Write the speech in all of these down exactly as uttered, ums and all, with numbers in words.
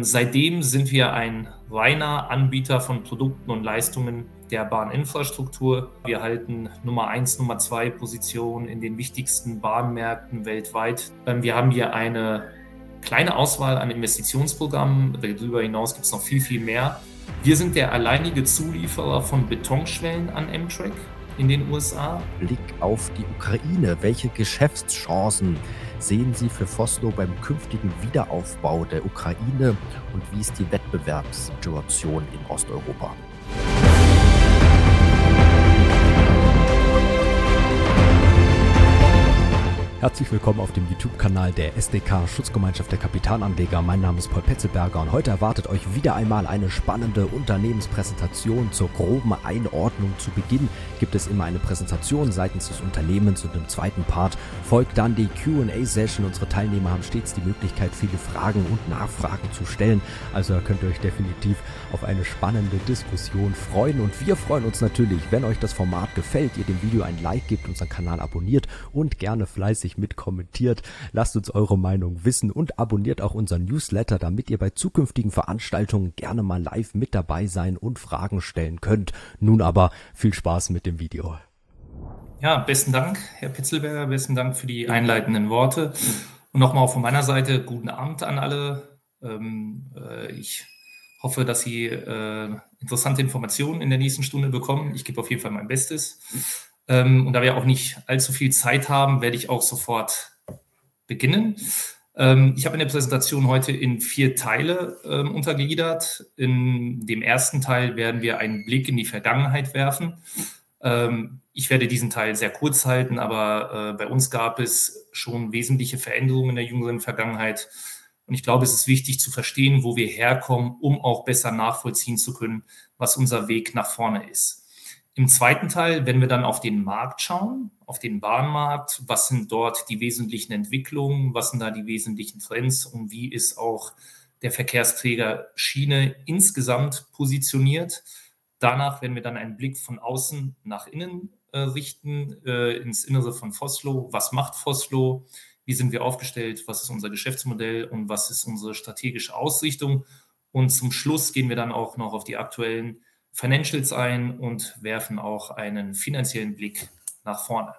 Seitdem sind wir ein reiner Anbieter von Produkten und Leistungen der Bahninfrastruktur. Wir halten Nummer eins, Nummer zwei Position in den wichtigsten Bahnmärkten weltweit. Wir haben hier eine kleine Auswahl an Investitionsprogrammen. Darüber hinaus gibt es noch viel, viel mehr. Wir sind der alleinige Zulieferer von Betonschwellen an Amtrak in den U S A. Blick auf die Ukraine. Welche Geschäftschancen sehen Sie für Vossloh beim künftigen Wiederaufbau der Ukraine und wie ist die Wettbewerbssituation in Osteuropa? Herzlich willkommen auf dem YouTube-Kanal der S D K Schutzgemeinschaft der Kapitalanleger. Mein Name ist Paul Petzelberger und heute erwartet euch wieder einmal eine spannende Unternehmenspräsentation. Zur groben Einordnung zu Beginn gibt es immer eine Präsentation seitens des Unternehmens und im zweiten Part folgt dann die Q and A-Session. Unsere Teilnehmer haben stets die Möglichkeit, viele Fragen und Nachfragen zu stellen. Also könnt ihr euch definitiv auf eine spannende Diskussion freuen und wir freuen uns natürlich, wenn euch das Format gefällt, ihr dem Video ein Like gebt, unseren Kanal abonniert und gerne fleißig mit kommentiert. Lasst uns eure Meinung wissen und abonniert auch unseren Newsletter, damit ihr bei zukünftigen Veranstaltungen gerne mal live mit dabei sein und Fragen stellen könnt. Nun aber viel Spaß mit dem Video. Ja, besten Dank, Herr Petzelberger, besten Dank für die einleitenden Worte. Und nochmal von meiner Seite guten Abend an alle. Ähm, äh, ich hoffe, dass Sie äh, interessante Informationen in der nächsten Stunde bekommen. Ich gebe auf jeden Fall mein Bestes. Ähm, und da wir auch nicht allzu viel Zeit haben, werde ich auch sofort beginnen. Ähm, ich habe in der Präsentation heute in vier Teile ähm, untergliedert. In dem ersten Teil werden wir einen Blick in die Vergangenheit werfen. Ähm, ich werde diesen Teil sehr kurz halten, aber äh, bei uns gab es schon wesentliche Veränderungen in der jüngeren Vergangenheit. Und ich glaube, es ist wichtig zu verstehen, wo wir herkommen, um auch besser nachvollziehen zu können, was unser Weg nach vorne ist. Im zweiten Teil, wenn wir dann auf den Markt schauen, auf den Bahnmarkt, was sind dort die wesentlichen Entwicklungen, was sind da die wesentlichen Trends und wie ist auch der Verkehrsträger Schiene insgesamt positioniert. Danach werden wir dann einen Blick von außen nach innen äh, richten, äh, ins Innere von Vossloh. Was macht Vossloh? Wie sind wir aufgestellt? Was ist unser Geschäftsmodell und was ist unsere strategische Ausrichtung? Und zum Schluss gehen wir dann auch noch auf die aktuellen Financials ein und werfen auch einen finanziellen Blick nach vorne.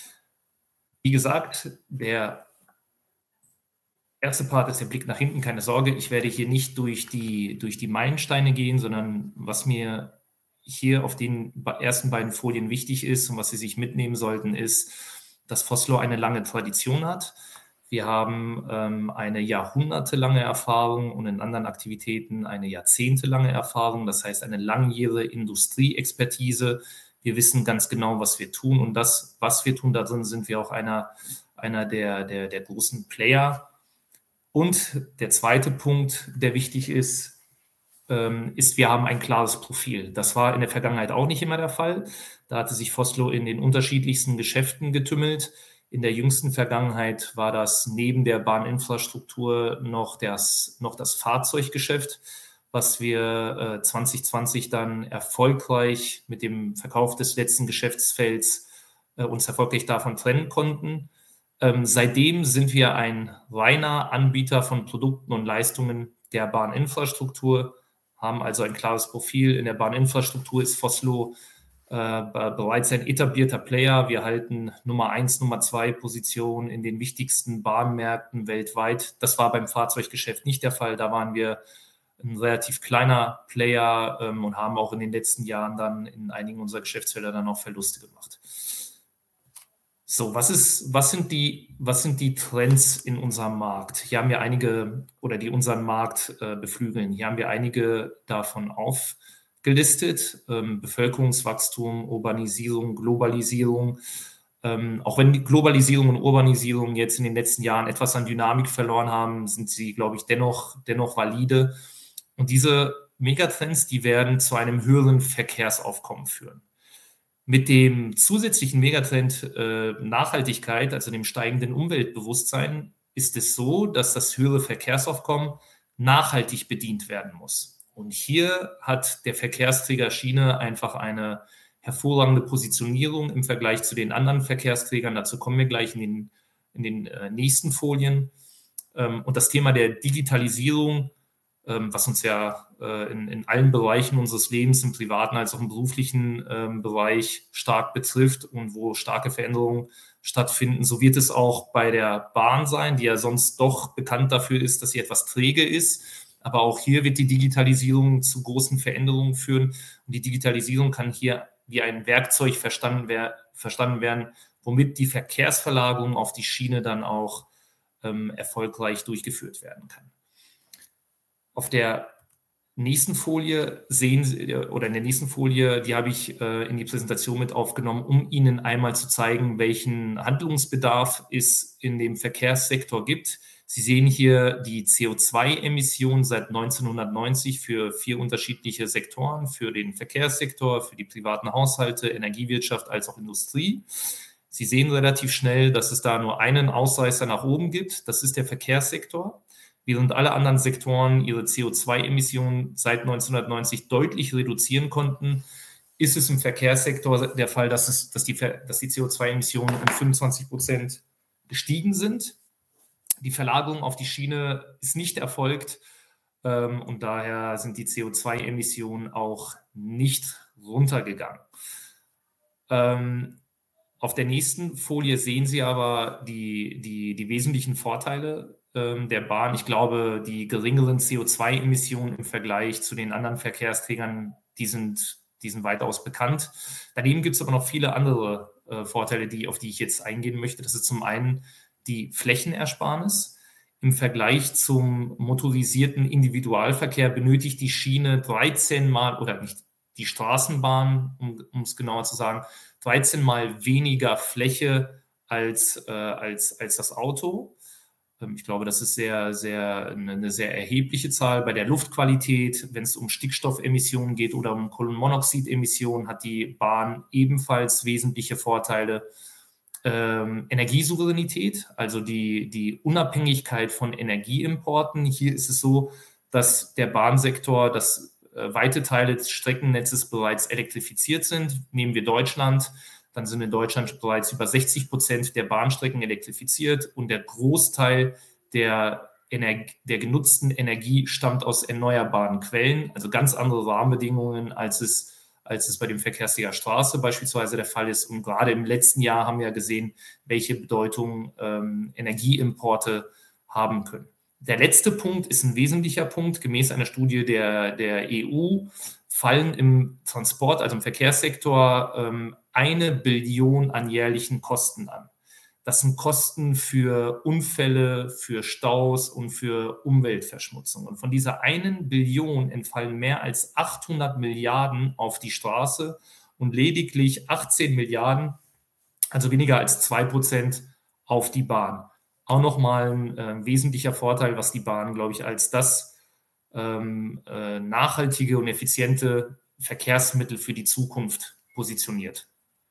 Wie gesagt, der erste Part ist der Blick nach hinten, keine Sorge. Ich werde hier nicht durch die, durch die Meilensteine gehen, sondern was mir hier auf den ersten beiden Folien wichtig ist und was Sie sich mitnehmen sollten, ist, dass Vossloh eine lange Tradition hat. Wir haben ähm, eine jahrhundertelange Erfahrung und in anderen Aktivitäten eine jahrzehntelange Erfahrung. Das heißt, eine langjährige Industrieexpertise. Wir wissen ganz genau, was wir tun. Und das, was wir tun, da drin sind wir auch einer, einer der, der, der großen Player. Und der zweite Punkt, der wichtig ist, ähm, ist, wir haben ein klares Profil. Das war in der Vergangenheit auch nicht immer der Fall. Da hatte sich Vossloh in den unterschiedlichsten Geschäften getümmelt. In der jüngsten Vergangenheit war das neben der Bahninfrastruktur noch das, noch das Fahrzeuggeschäft, was wir äh, zwanzig zwanzig dann erfolgreich mit dem Verkauf des letzten Geschäftsfelds äh, uns erfolgreich davon trennen konnten. Ähm, seitdem sind wir ein reiner Anbieter von Produkten und Leistungen der Bahninfrastruktur, haben also ein klares Profil. In der Bahninfrastruktur ist Vossloh Äh, bereits ein etablierter Player. Wir halten Nummer eins, Nummer zwei Position in den wichtigsten Bahnmärkten weltweit. Das war beim Fahrzeuggeschäft nicht der Fall. Da waren wir ein relativ kleiner Player ähm, und haben auch in den letzten Jahren dann in einigen unserer Geschäftsfelder dann auch Verluste gemacht. So, was ist, was sind die, was sind die Trends in unserem Markt? Hier haben wir einige, oder die unseren Markt äh, beflügeln. Hier haben wir einige davon auf. gelistet, ähm, Bevölkerungswachstum, Urbanisierung, Globalisierung. Ähm, auch wenn die Globalisierung und Urbanisierung jetzt in den letzten Jahren etwas an Dynamik verloren haben, sind sie, glaube ich, dennoch, dennoch valide. Und diese Megatrends, die werden zu einem höheren Verkehrsaufkommen führen. Mit dem zusätzlichen Megatrend äh, Nachhaltigkeit, also dem steigenden Umweltbewusstsein, ist es so, dass das höhere Verkehrsaufkommen nachhaltig bedient werden muss. Und hier hat der Verkehrsträger Schiene einfach eine hervorragende Positionierung im Vergleich zu den anderen Verkehrsträgern. Dazu kommen wir gleich in den, in den äh, nächsten Folien. Ähm, und das Thema der Digitalisierung ähm, was uns ja äh, in, in allen Bereichen unseres Lebens, im privaten als auch im beruflichen ähm, Bereich stark betrifft und wo starke Veränderungen stattfinden. So wird es auch bei der Bahn sein, die ja sonst doch bekannt dafür ist, dass sie etwas träge ist. Aber auch hier wird die Digitalisierung zu großen Veränderungen führen. Und die Digitalisierung kann hier wie ein Werkzeug verstanden, wer, verstanden werden, womit die Verkehrsverlagerung auf die Schiene dann auch ähm, erfolgreich durchgeführt werden kann. Auf der nächsten Folie sehen Sie, oder in der nächsten Folie, die habe ich äh, in die Präsentation mit aufgenommen, um Ihnen einmal zu zeigen, welchen Handlungsbedarf es in dem Verkehrssektor gibt. Sie sehen hier die C O zwei Emissionen seit neunzehnhundertneunzig für vier unterschiedliche Sektoren, für den Verkehrssektor, für die privaten Haushalte, Energiewirtschaft als auch Industrie. Sie sehen relativ schnell, dass es da nur einen Ausreißer nach oben gibt. Das ist der Verkehrssektor. Während alle anderen Sektoren ihre C O zwei Emissionen seit neunzehnhundertneunzig deutlich reduzieren konnten, ist es im Verkehrssektor der Fall, dass, es, dass, die, dass die C O zwei Emissionen um fünfundzwanzig Prozent gestiegen sind. Die Verlagerung auf die Schiene ist nicht erfolgt ähm, und daher sind die C O zwei Emissionen auch nicht runtergegangen. Ähm, auf der nächsten Folie sehen Sie aber die, die, die wesentlichen Vorteile ähm, der Bahn. Ich glaube, die geringeren C O zwei Emissionen im Vergleich zu den anderen Verkehrsträgern, die sind, die sind weitaus bekannt. Daneben gibt es aber noch viele andere äh, Vorteile, die, auf die ich jetzt eingehen möchte. Das ist zum einen die Flächenersparnis. Im Vergleich zum motorisierten Individualverkehr benötigt die Schiene dreizehn Mal, oder nicht die Straßenbahn, um, um es genauer zu sagen, dreizehn Mal weniger Fläche als, äh, als, als das Auto. Ähm, ich glaube, das ist sehr, sehr, eine sehr erhebliche Zahl. Bei der Luftqualität, wenn es um Stickstoffemissionen geht oder um Kohlenmonoxidemissionen, hat die Bahn ebenfalls wesentliche Vorteile. Ähm, Energiesouveränität, also die, die Unabhängigkeit von Energieimporten. Hier ist es so, dass der Bahnsektor, dass äh, weite Teile des Streckennetzes bereits elektrifiziert sind. Nehmen wir Deutschland, dann sind in Deutschland bereits über sechzig Prozent der Bahnstrecken elektrifiziert und der Großteil der, Ener- der genutzten Energie stammt aus erneuerbaren Quellen, also ganz andere Rahmenbedingungen, als es als es bei dem Verkehrsträger Straße beispielsweise der Fall ist. Und gerade im letzten Jahr haben wir gesehen, welche Bedeutung ähm, Energieimporte haben können. Der letzte Punkt ist ein wesentlicher Punkt. Gemäß einer Studie der, der E U fallen im Transport, also im Verkehrssektor, ähm, eine Billion an jährlichen Kosten an. Das sind Kosten für Unfälle, für Staus und für Umweltverschmutzung. Und von dieser einen Billion entfallen mehr als achthundert Milliarden auf die Straße und lediglich achtzehn Milliarden, also weniger als zwei Prozent, auf die Bahn. Auch nochmal ein äh, wesentlicher Vorteil, was die Bahn, glaube ich, als das ähm, äh, nachhaltige und effiziente Verkehrsmittel für die Zukunft positioniert.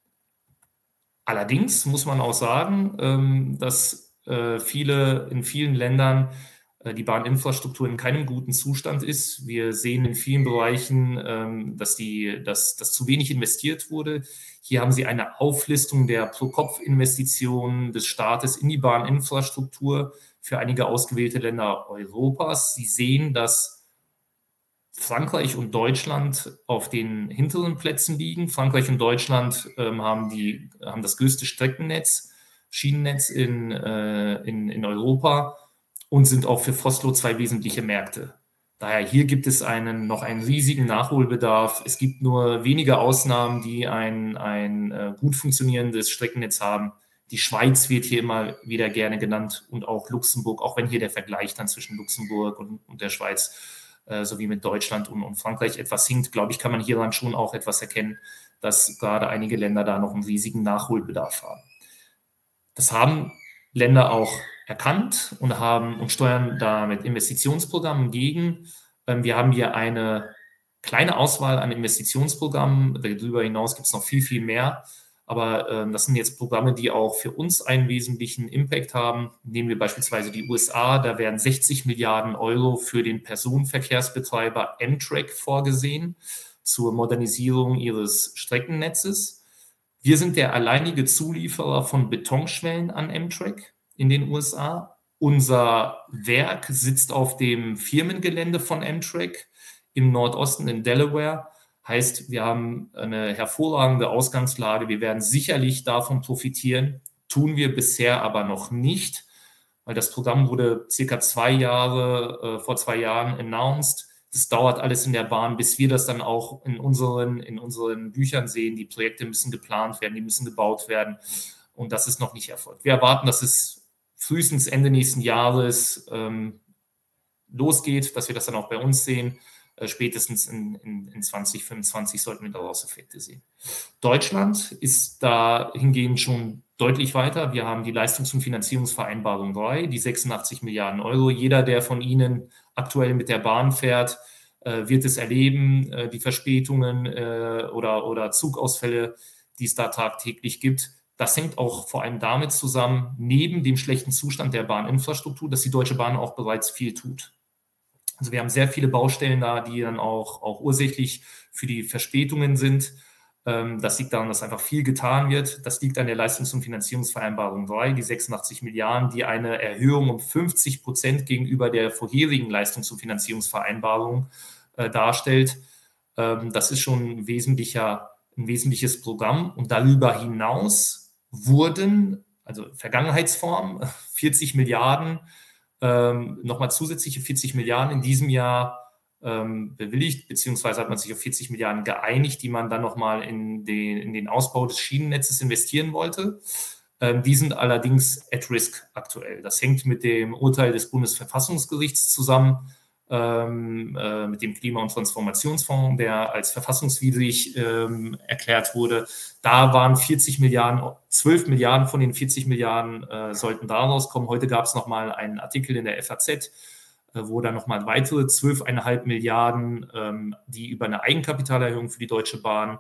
Allerdings muss man auch sagen, ähm, dass äh, viele, in vielen Ländern äh, die Bahninfrastruktur in keinem guten Zustand ist. Wir sehen in vielen Bereichen, ähm, dass, die, dass, dass zu wenig investiert wurde. Hier haben Sie eine Auflistung der Pro-Kopf-Investitionen des Staates in die Bahninfrastruktur für einige ausgewählte Länder Europas. Sie sehen, dass Frankreich und Deutschland auf den hinteren Plätzen liegen. Frankreich und Deutschland ähm, haben, die, haben das größte Streckennetz, Schienennetz in, äh, in, in Europa und sind auch für Vossloh zwei wesentliche Märkte. Daher hier gibt es einen, noch einen riesigen Nachholbedarf. Es gibt nur wenige Ausnahmen, die ein, ein äh, gut funktionierendes Streckennetz haben. Die Schweiz wird hier immer wieder gerne genannt und auch Luxemburg, auch wenn hier der Vergleich dann zwischen Luxemburg und, und der Schweiz sowie mit Deutschland und, und Frankreich etwas hinkt, glaube ich, kann man hieran schon auch etwas erkennen, dass gerade einige Länder da noch einen riesigen Nachholbedarf haben. Das haben Länder auch erkannt und haben und steuern da mit Investitionsprogrammen gegen. Wir haben hier eine kleine Auswahl an Investitionsprogrammen. Darüber hinaus gibt es noch viel, viel mehr. Aber ähm, das sind jetzt Programme, die auch für uns einen wesentlichen Impact haben. Nehmen wir beispielsweise die U S A, da werden sechzig Milliarden Euro für den Personenverkehrsbetreiber Amtrak vorgesehen zur Modernisierung ihres Streckennetzes. Wir sind der alleinige Zulieferer von Betonschwellen an Amtrak in den U S A Unser Werk sitzt auf dem Firmengelände von Amtrak im Nordosten in Delaware. Heißt, wir haben eine hervorragende Ausgangslage. Wir werden sicherlich davon profitieren, tun wir bisher aber noch nicht, weil das Programm wurde circa zwei Jahre, äh, vor zwei Jahren announced. Das dauert alles in der Bahn, bis wir das dann auch in unseren, in unseren Büchern sehen. Die Projekte müssen geplant werden, die müssen gebaut werden und das ist noch nicht erfolgt. Wir erwarten, dass es frühestens Ende nächsten Jahres ähm, losgeht, dass wir das dann auch bei uns sehen. Äh, spätestens in, in, in zwanzig fünfundzwanzig sollten wir daraus Effekte sehen. Deutschland ist da hingehend schon deutlich weiter. Wir haben die Leistungs- und Finanzierungsvereinbarung drei, die sechsundachtzig Milliarden Euro. Jeder, der von Ihnen aktuell mit der Bahn fährt, äh, wird es erleben, äh, die Verspätungen äh, oder, oder Zugausfälle, die es da tagtäglich gibt. Das hängt auch vor allem damit zusammen, neben dem schlechten Zustand der Bahninfrastruktur, dass die Deutsche Bahn auch bereits viel tut. Also wir haben sehr viele Baustellen da, die dann auch, auch ursächlich für die Verspätungen sind. Das liegt daran, dass einfach viel getan wird. Das liegt an der Leistungs- und Finanzierungsvereinbarung drei, die sechsundachtzig Milliarden, die eine Erhöhung um fünfzig Prozent gegenüber der vorherigen Leistungs- und Finanzierungsvereinbarung äh, darstellt. Ähm, das ist schon ein, wesentlicher, ein wesentliches Programm. Und darüber hinaus wurden, also Vergangenheitsform, vierzig Milliarden, ähm, nochmal zusätzliche vierzig Milliarden in diesem Jahr bewilligt, beziehungsweise hat man sich auf vierzig Milliarden geeinigt, die man dann nochmal in den, in den Ausbau des Schienennetzes investieren wollte. Ähm, die sind allerdings at risk aktuell. Das hängt mit dem Urteil des Bundesverfassungsgerichts zusammen, ähm, äh, mit dem Klima- und Transformationsfonds, der als verfassungswidrig ähm, erklärt wurde. Da waren vierzig Milliarden, zwölf Milliarden von den vierzig Milliarden äh, sollten da rauskommen. Heute gab es nochmal einen Artikel in der F A Z, wo dann nochmal weitere zwölf Komma fünf Milliarden, ähm, die über eine Eigenkapitalerhöhung für die Deutsche Bahn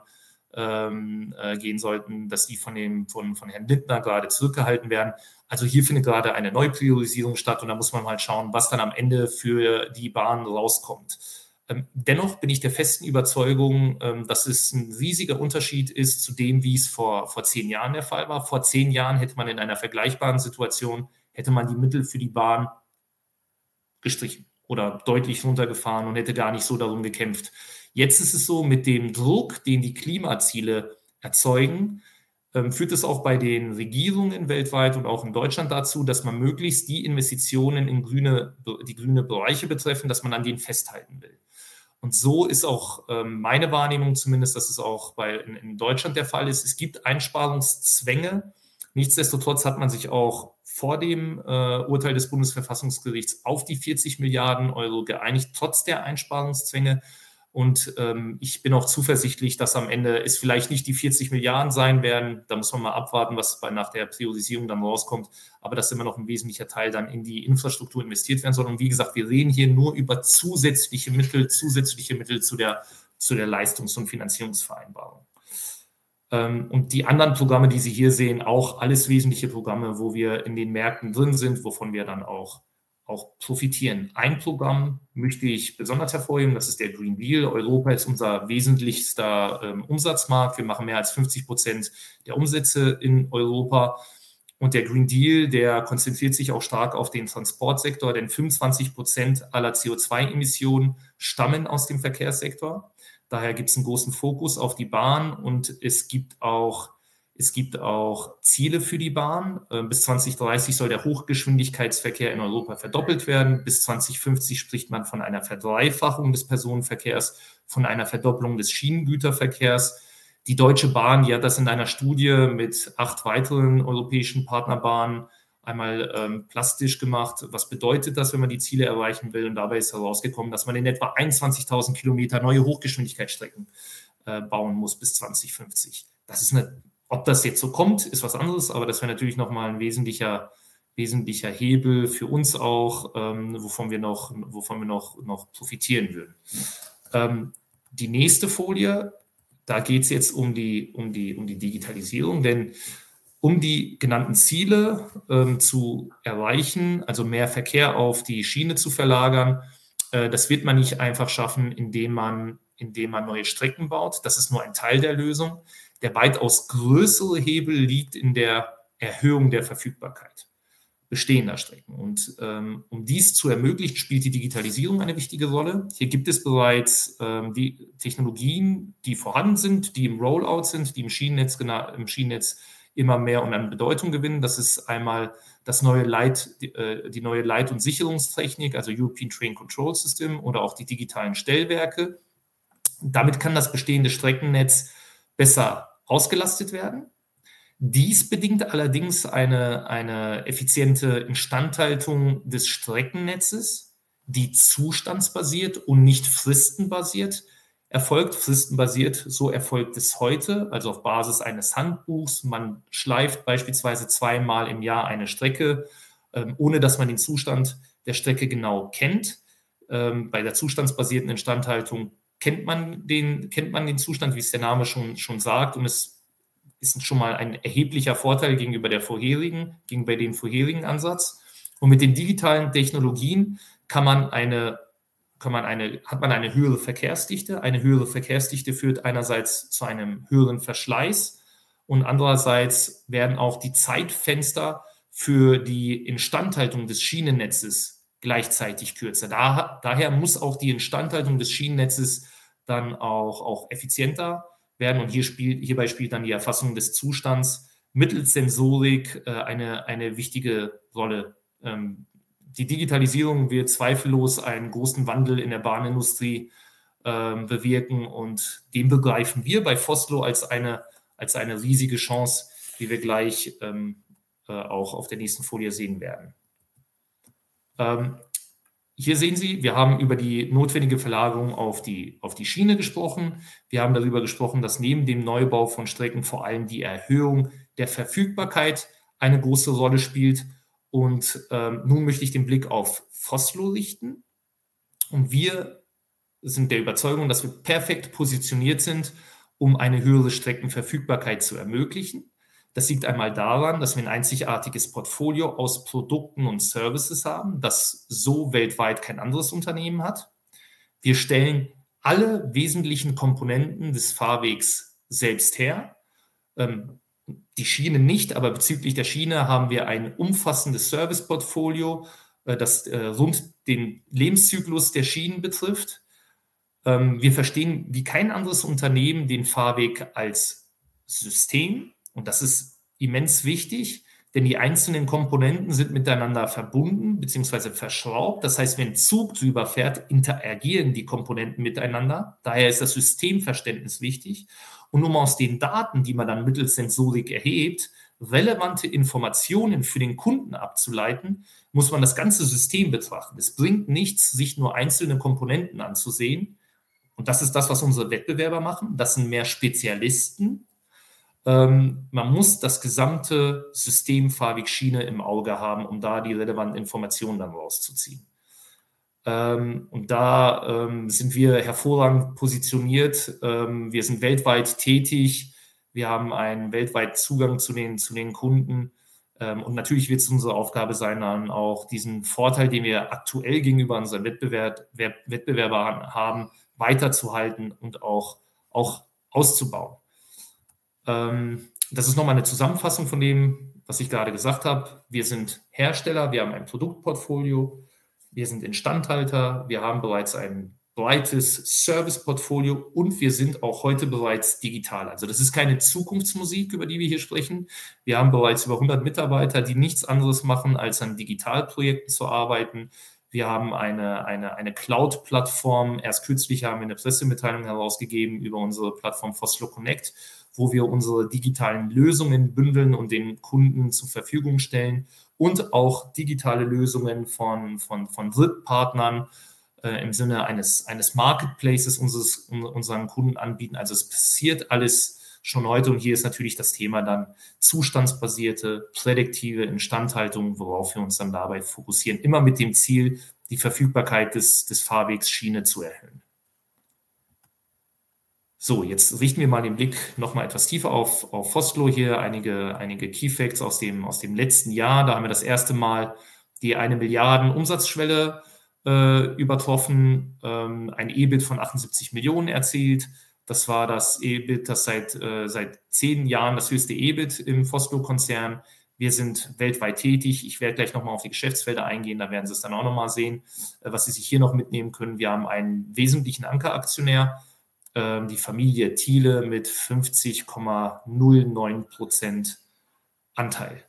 ähm, äh, gehen sollten, dass die von, dem, von, von Herrn Lindner gerade zurückgehalten werden. Also hier findet gerade eine Neupriorisierung statt und da muss man mal schauen, was dann am Ende für die Bahn rauskommt. Ähm, dennoch bin ich der festen Überzeugung, ähm, dass es ein riesiger Unterschied ist zu dem, wie es vor, vor zehn Jahren der Fall war. Vor zehn Jahren hätte man in einer vergleichbaren Situation, hätte man die Mittel für die Bahn gestrichen oder deutlich runtergefahren und hätte gar nicht so darum gekämpft. Jetzt ist es so, mit dem Druck, den die Klimaziele erzeugen, ähm, führt es auch bei den Regierungen weltweit und auch in Deutschland dazu, dass man möglichst die Investitionen in grüne, die grüne Bereiche betreffen, dass man an denen festhalten will. Und so ist auch ähm, meine Wahrnehmung zumindest, dass es auch bei, in, in Deutschland der Fall ist. Es gibt Einsparungszwänge. Nichtsdestotrotz hat man sich auch vor dem äh, Urteil des Bundesverfassungsgerichts auf die vierzig Milliarden Euro geeinigt, trotz der Einsparungszwänge. Und ähm, ich bin auch zuversichtlich, dass am Ende es vielleicht nicht die vierzig Milliarden sein werden. Da muss man mal abwarten, was bei, nach der Priorisierung dann rauskommt. Aber dass immer noch ein wesentlicher Teil dann in die Infrastruktur investiert werden soll. Und wie gesagt, wir reden hier nur über zusätzliche Mittel, zusätzliche Mittel zu der, zu der Leistungs- und Finanzierungsvereinbarung. Und die anderen Programme, die Sie hier sehen, auch alles wesentliche Programme, wo wir in den Märkten drin sind, wovon wir dann auch, auch profitieren. Ein Programm möchte ich besonders hervorheben, das ist der Green Deal. Europa ist unser wesentlichster ähm, Umsatzmarkt. Wir machen mehr als fünfzig Prozent der Umsätze in Europa. Und der Green Deal, der konzentriert sich auch stark auf den Transportsektor, denn fünfundzwanzig Prozent aller C O zwei Emissionen stammen aus dem Verkehrssektor. Daher gibt es einen großen Fokus auf die Bahn und es gibt auch, es gibt auch Ziele für die Bahn. Bis zwanzig dreißig soll der Hochgeschwindigkeitsverkehr in Europa verdoppelt werden. Bis zwanzig fünfzig spricht man von einer Verdreifachung des Personenverkehrs, von einer Verdopplung des Schienengüterverkehrs. Die Deutsche Bahn, die hat das in einer Studie mit acht weiteren europäischen Partnerbahnen einmal ähm, plastisch gemacht. Was bedeutet das, wenn man die Ziele erreichen will? Und dabei ist herausgekommen, dass man in etwa einundzwanzigtausend Kilometer neue Hochgeschwindigkeitsstrecken äh, bauen muss bis zwanzig fünfzig. Das ist eine, ob das jetzt so kommt, ist was anderes, aber das wäre natürlich nochmal ein wesentlicher, wesentlicher Hebel für uns auch, ähm, wovon wir noch, wovon wir noch, noch profitieren würden. Ähm, die nächste Folie, da geht es jetzt um die, um die, um die Digitalisierung, denn um die genannten Ziele ähm, zu erreichen, also mehr Verkehr auf die Schiene zu verlagern, äh, das wird man nicht einfach schaffen, indem man, indem man neue Strecken baut. Das ist nur ein Teil der Lösung. Der weitaus größere Hebel liegt in der Erhöhung der Verfügbarkeit. bestehender Strecken. Und ähm, um dies zu ermöglichen, spielt die Digitalisierung eine wichtige Rolle. Hier gibt es bereits ähm, die Technologien, die vorhanden sind, die im Rollout sind, die im Schienennetz, im Schienennetz immer mehr und an Bedeutung gewinnen. Das ist einmal das neue Leit, die, äh, die neue Leit- und Sicherungstechnik, also European Train Control System oder auch die digitalen Stellwerke. Damit kann das bestehende Streckennetz besser ausgelastet werden. Dies bedingt allerdings eine, eine effiziente Instandhaltung des Streckennetzes, die zustandsbasiert und nicht fristenbasiert erfolgt. Fristenbasiert, so erfolgt es heute, also auf Basis eines Handbuchs. Man schleift beispielsweise zweimal im Jahr eine Strecke, ähm, ohne dass man den Zustand der Strecke genau kennt. Ähm, bei der zustandsbasierten Instandhaltung kennt man den, kennt man den Zustand, wie es der Name schon, schon sagt, und es ist schon mal ein erheblicher Vorteil gegenüber der vorherigen, gegenüber dem vorherigen Ansatz. Und mit den digitalen Technologien kann man eine, kann man eine, hat man eine höhere Verkehrsdichte. Eine höhere Verkehrsdichte führt einerseits zu einem höheren Verschleiß und andererseits werden auch die Zeitfenster für die Instandhaltung des Schienennetzes gleichzeitig kürzer. Da, daher muss auch die Instandhaltung des Schienennetzes dann auch, auch effizienter werden. Und hier spielt, hierbei spielt dann die Erfassung des Zustands mittels Sensorik äh, eine, eine wichtige Rolle. Ähm, die Digitalisierung wird zweifellos einen großen Wandel in der Bahnindustrie ähm, bewirken und den begreifen wir bei Vossloh als eine, als eine riesige Chance, die wir gleich ähm, äh, auch auf der nächsten Folie sehen werden. Ähm, Hier sehen Sie, wir haben über die notwendige Verlagerung auf die, auf die Schiene gesprochen. Wir haben darüber gesprochen, dass neben dem Neubau von Strecken vor allem die Erhöhung der Verfügbarkeit eine große Rolle spielt. Und ähm, nun möchte ich den Blick auf Vossloh richten. Und wir sind der Überzeugung, dass wir perfekt positioniert sind, um eine höhere Streckenverfügbarkeit zu ermöglichen. Das liegt einmal daran, dass wir ein einzigartiges Portfolio aus Produkten und Services haben, das so weltweit kein anderes Unternehmen hat. Wir stellen alle wesentlichen Komponenten des Fahrwegs selbst her. Ähm, die Schiene nicht, aber bezüglich der Schiene haben wir ein umfassendes Serviceportfolio, äh, das äh, rund den Lebenszyklus der Schienen betrifft. Ähm, wir verstehen wie kein anderes Unternehmen den Fahrweg als System. Und das ist immens wichtig, denn die einzelnen Komponenten sind miteinander verbunden bzw. verschraubt. Das heißt, wenn ein Zug drüber fährt, interagieren die Komponenten miteinander. Daher ist das Systemverständnis wichtig. Und um aus den Daten, die man dann mittels Sensorik erhebt, relevante Informationen für den Kunden abzuleiten, muss man das ganze System betrachten. Es bringt nichts, sich nur einzelne Komponenten anzusehen. Und das ist das, was unsere Wettbewerber machen. Das sind mehr Spezialisten. Ähm, man muss das gesamte System Fahrwegschiene im Auge haben, um da die relevanten Informationen dann rauszuziehen. Ähm, und da ähm, sind wir hervorragend positioniert. Ähm, wir sind weltweit tätig. Wir haben einen weltweiten Zugang zu den, zu den Kunden. Ähm, und natürlich wird es unsere Aufgabe sein, dann auch diesen Vorteil, den wir aktuell gegenüber unseren Wettbewerb, Wettbewerbern haben, weiterzuhalten und auch, auch auszubauen. Ähm, das ist nochmal eine Zusammenfassung von dem, was ich gerade gesagt habe. Wir sind Hersteller, wir haben ein Produktportfolio, wir sind Instandhalter, wir haben bereits ein breites Serviceportfolio und wir sind auch heute bereits digital. Also das ist keine Zukunftsmusik, über die wir hier sprechen. Wir haben bereits über hundert Mitarbeiter, die nichts anderes machen, als an Digitalprojekten zu arbeiten. Wir haben eine, eine, eine Cloud-Plattform. Erst kürzlich haben wir eine Pressemitteilung herausgegeben über unsere Plattform Vossloh Connect, wo wir unsere digitalen Lösungen bündeln und den Kunden zur Verfügung stellen und auch digitale Lösungen von, von, von Drittpartnern äh, im Sinne eines, eines Marketplaces unseres, unseren Kunden anbieten. Also es passiert alles schon heute und hier ist natürlich das Thema dann zustandsbasierte, prädiktive Instandhaltung, worauf wir uns dann dabei fokussieren, immer mit dem Ziel, die Verfügbarkeit des, des Fahrwegs Schiene zu erhöhen. So, jetzt richten wir mal den Blick noch mal etwas tiefer auf, auf Vossloh. Hier einige, einige Key Facts aus dem, aus dem letzten Jahr. Da haben wir das erste Mal die eine Milliarden Umsatzschwelle äh, übertroffen, ähm, ein E B I T von achtundsiebzig Millionen erzielt. Das war das E B I T, das seit, äh, seit zehn Jahren das höchste E B I T im Vossloh-Konzern. Wir sind weltweit tätig. Ich werde gleich nochmal auf die Geschäftsfelder eingehen, da werden Sie es dann auch nochmal sehen, was Sie sich hier noch mitnehmen können. Wir haben einen wesentlichen Ankeraktionär, die Familie Thiele mit fünfzig Komma null neun Prozent Anteil.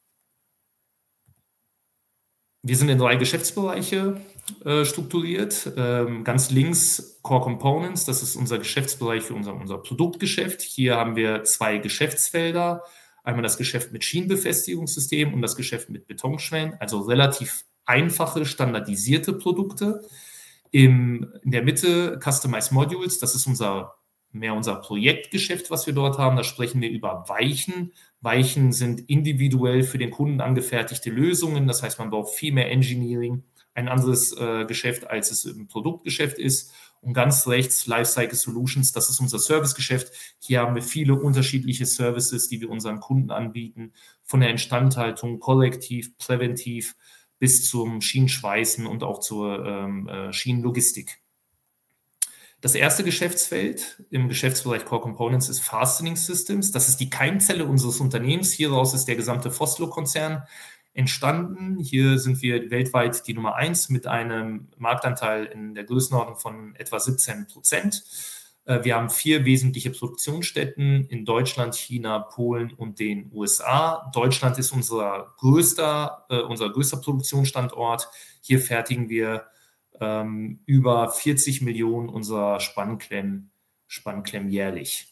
Wir sind in drei Geschäftsbereiche äh, strukturiert. Ähm, ganz links Core Components, das ist unser Geschäftsbereich für unser, unser Produktgeschäft. Hier haben wir zwei Geschäftsfelder. Einmal das Geschäft mit Schienenbefestigungssystemen und das Geschäft mit Betonschwellen, also relativ einfache, standardisierte Produkte. Im, in der Mitte Customized Modules, das ist unser, mehr unser Projektgeschäft, was wir dort haben. Da sprechen wir über Weichen. Weichen sind individuell für den Kunden angefertigte Lösungen. Das heißt, man braucht viel mehr Engineering, ein anderes äh, Geschäft, als es im Produktgeschäft ist. Und ganz rechts Lifecycle Solutions, das ist unser Servicegeschäft. Hier haben wir viele unterschiedliche Services, die wir unseren Kunden anbieten, von der Instandhaltung, korrektiv, präventiv bis zum Schienenschweißen und auch zur ähm, äh, Schienenlogistik. Das erste Geschäftsfeld im Geschäftsbereich Core Components ist Fastening Systems. Das ist die Keimzelle unseres Unternehmens. Hieraus ist der gesamte Vossloh-Konzern entstanden. Hier sind wir weltweit die Nummer eins mit einem Marktanteil in der Größenordnung von etwa siebzehn Prozent. Wir haben vier wesentliche Produktionsstätten in Deutschland, China, Polen und den U S A. Deutschland ist unser größter, äh, unser größter Produktionsstandort. Hier fertigen wir ähm, über vierzig Millionen unserer Spannklemmen, Spannklemmen jährlich.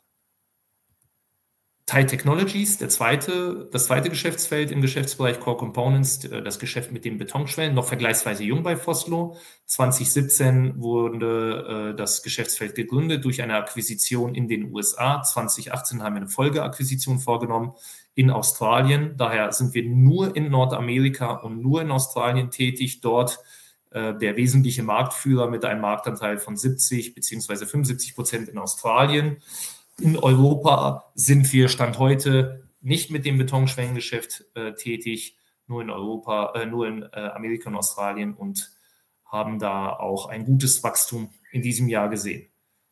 Tide Technologies, der zweite, das zweite Geschäftsfeld im Geschäftsbereich Core Components, das Geschäft mit den Betonschwellen, noch vergleichsweise jung bei Vossloh. zwanzig siebzehn wurde äh, das Geschäftsfeld gegründet durch eine Akquisition in den U S A. zwanzig achtzehn haben wir eine Folgeakquisition vorgenommen in Australien. Daher sind wir nur in Nordamerika und nur in Australien tätig. Dort äh, der wesentliche Marktführer mit einem Marktanteil von siebzig bzw. fünfundsiebzig Prozent in Australien. In Europa sind wir Stand heute nicht mit dem Betonschwellengeschäft äh, tätig, nur in Europa, äh, nur in äh, Amerika und Australien und haben da auch ein gutes Wachstum in diesem Jahr gesehen.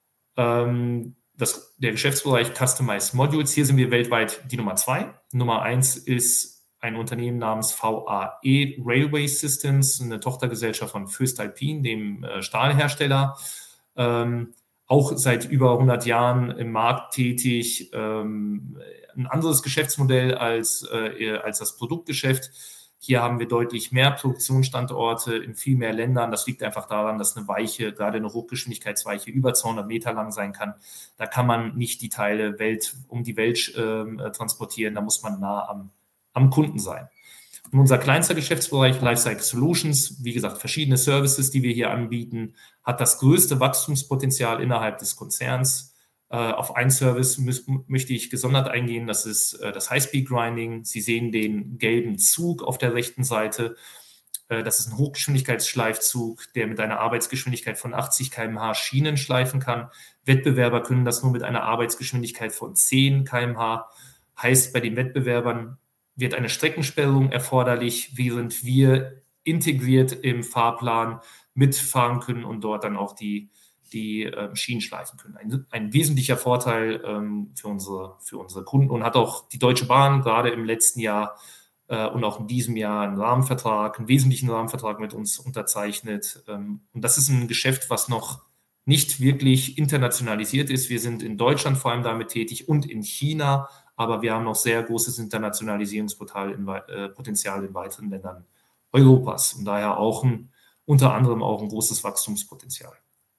Ähm, das, der Geschäftsbereich Customized Modules, hier sind wir weltweit die Nummer zwei. Nummer eins ist ein Unternehmen namens V A E Railway Systems, eine Tochtergesellschaft von voestalpine, dem äh, Stahlhersteller. Ähm, auch seit über hundert Jahren im Markt tätig, ähm, ein anderes Geschäftsmodell als, äh, als das Produktgeschäft. Hier haben wir deutlich mehr Produktionsstandorte in viel mehr Ländern. Das liegt einfach daran, dass eine Weiche, gerade eine Hochgeschwindigkeitsweiche, über zweihundert Meter lang sein kann. Da kann man nicht die Teile Welt, um die Welt äh, transportieren, da muss man nah am, am Kunden sein. Und unser kleinster Geschäftsbereich, Lifecycle Solutions, wie gesagt, verschiedene Services, die wir hier anbieten, hat das größte Wachstumspotenzial innerhalb des Konzerns. Äh, auf einen Service möchte ich gesondert eingehen, das ist äh, das High-Speed Grinding. Sie sehen den gelben Zug auf der rechten Seite. Äh, das ist ein Hochgeschwindigkeitsschleifzug, der mit einer Arbeitsgeschwindigkeit von achtzig Kilometer pro Stunde Schienen schleifen kann. Wettbewerber können das nur mit einer Arbeitsgeschwindigkeit von zehn Kilometer pro Stunde. Heißt, bei den Wettbewerbern wird eine Streckensperrung erforderlich, während wir integriert im Fahrplan mitfahren können und dort dann auch die, die äh, Schienen schleifen können. Ein, ein wesentlicher Vorteil ähm, für, unsere, für unsere Kunden und hat auch die Deutsche Bahn gerade im letzten Jahr äh, und auch in diesem Jahr einen Rahmenvertrag, einen wesentlichen Rahmenvertrag mit uns unterzeichnet. Ähm, und das ist ein Geschäft, was noch nicht wirklich internationalisiert ist. Wir sind in Deutschland vor allem damit tätig und in China, aber wir haben noch sehr großes Internationalisierungspotenzial in, äh, Potenzial in weiteren Ländern Europas und daher auch ein, unter anderem auch ein großes Wachstumspotenzial.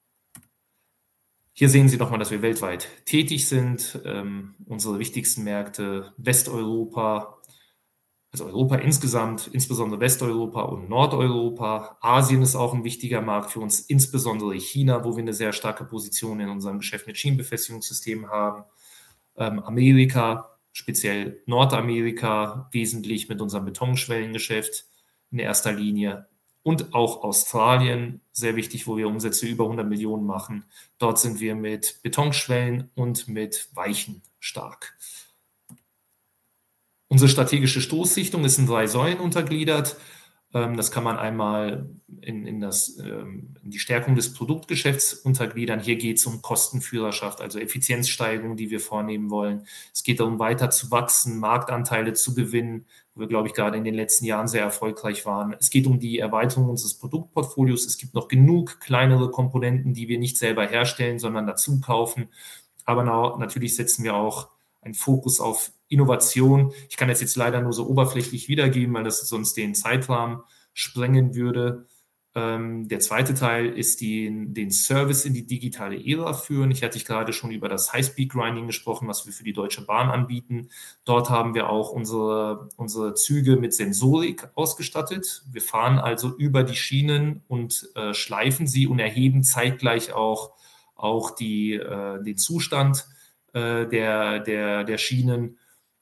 Hier sehen Sie nochmal, dass wir weltweit tätig sind. Ähm, unsere wichtigsten Märkte Westeuropa, also Europa insgesamt, insbesondere Westeuropa und Nordeuropa. Asien ist auch ein wichtiger Markt für uns, insbesondere China, wo wir eine sehr starke Position in unserem Geschäft mit Schienenbefestigungssystemen haben. Ähm, Amerika, speziell Nordamerika, wesentlich mit unserem Betonschwellengeschäft in erster Linie. Und auch Australien, sehr wichtig, wo wir Umsätze über hundert Millionen machen. Dort sind wir mit Betonschwellen und mit Weichen stark. Unsere strategische Stoßrichtung ist in drei Säulen untergliedert. Das kann man einmal in, in, das, in die Stärkung des Produktgeschäfts untergliedern. Hier geht es um Kostenführerschaft, also Effizienzsteigerung, die wir vornehmen wollen. Es geht darum, weiter zu wachsen, Marktanteile zu gewinnen, wo wir, glaube ich, gerade in den letzten Jahren sehr erfolgreich waren. Es geht um die Erweiterung unseres Produktportfolios. Es gibt noch genug kleinere Komponenten, die wir nicht selber herstellen, sondern dazu kaufen. Aber natürlich setzen wir auch einen Fokus auf Innovation. Ich kann das jetzt leider nur so oberflächlich wiedergeben, weil das sonst den Zeitrahmen sprengen würde. Ähm, der zweite Teil ist die, den Service in die digitale Ära führen. Ich hatte gerade schon über das High-Speed-Grinding gesprochen, was wir für die Deutsche Bahn anbieten. Dort haben wir auch unsere, unsere Züge mit Sensorik ausgestattet. Wir fahren also über die Schienen und äh, schleifen sie und erheben zeitgleich auch, auch die, äh, den Zustand äh, der, der, der Schienen.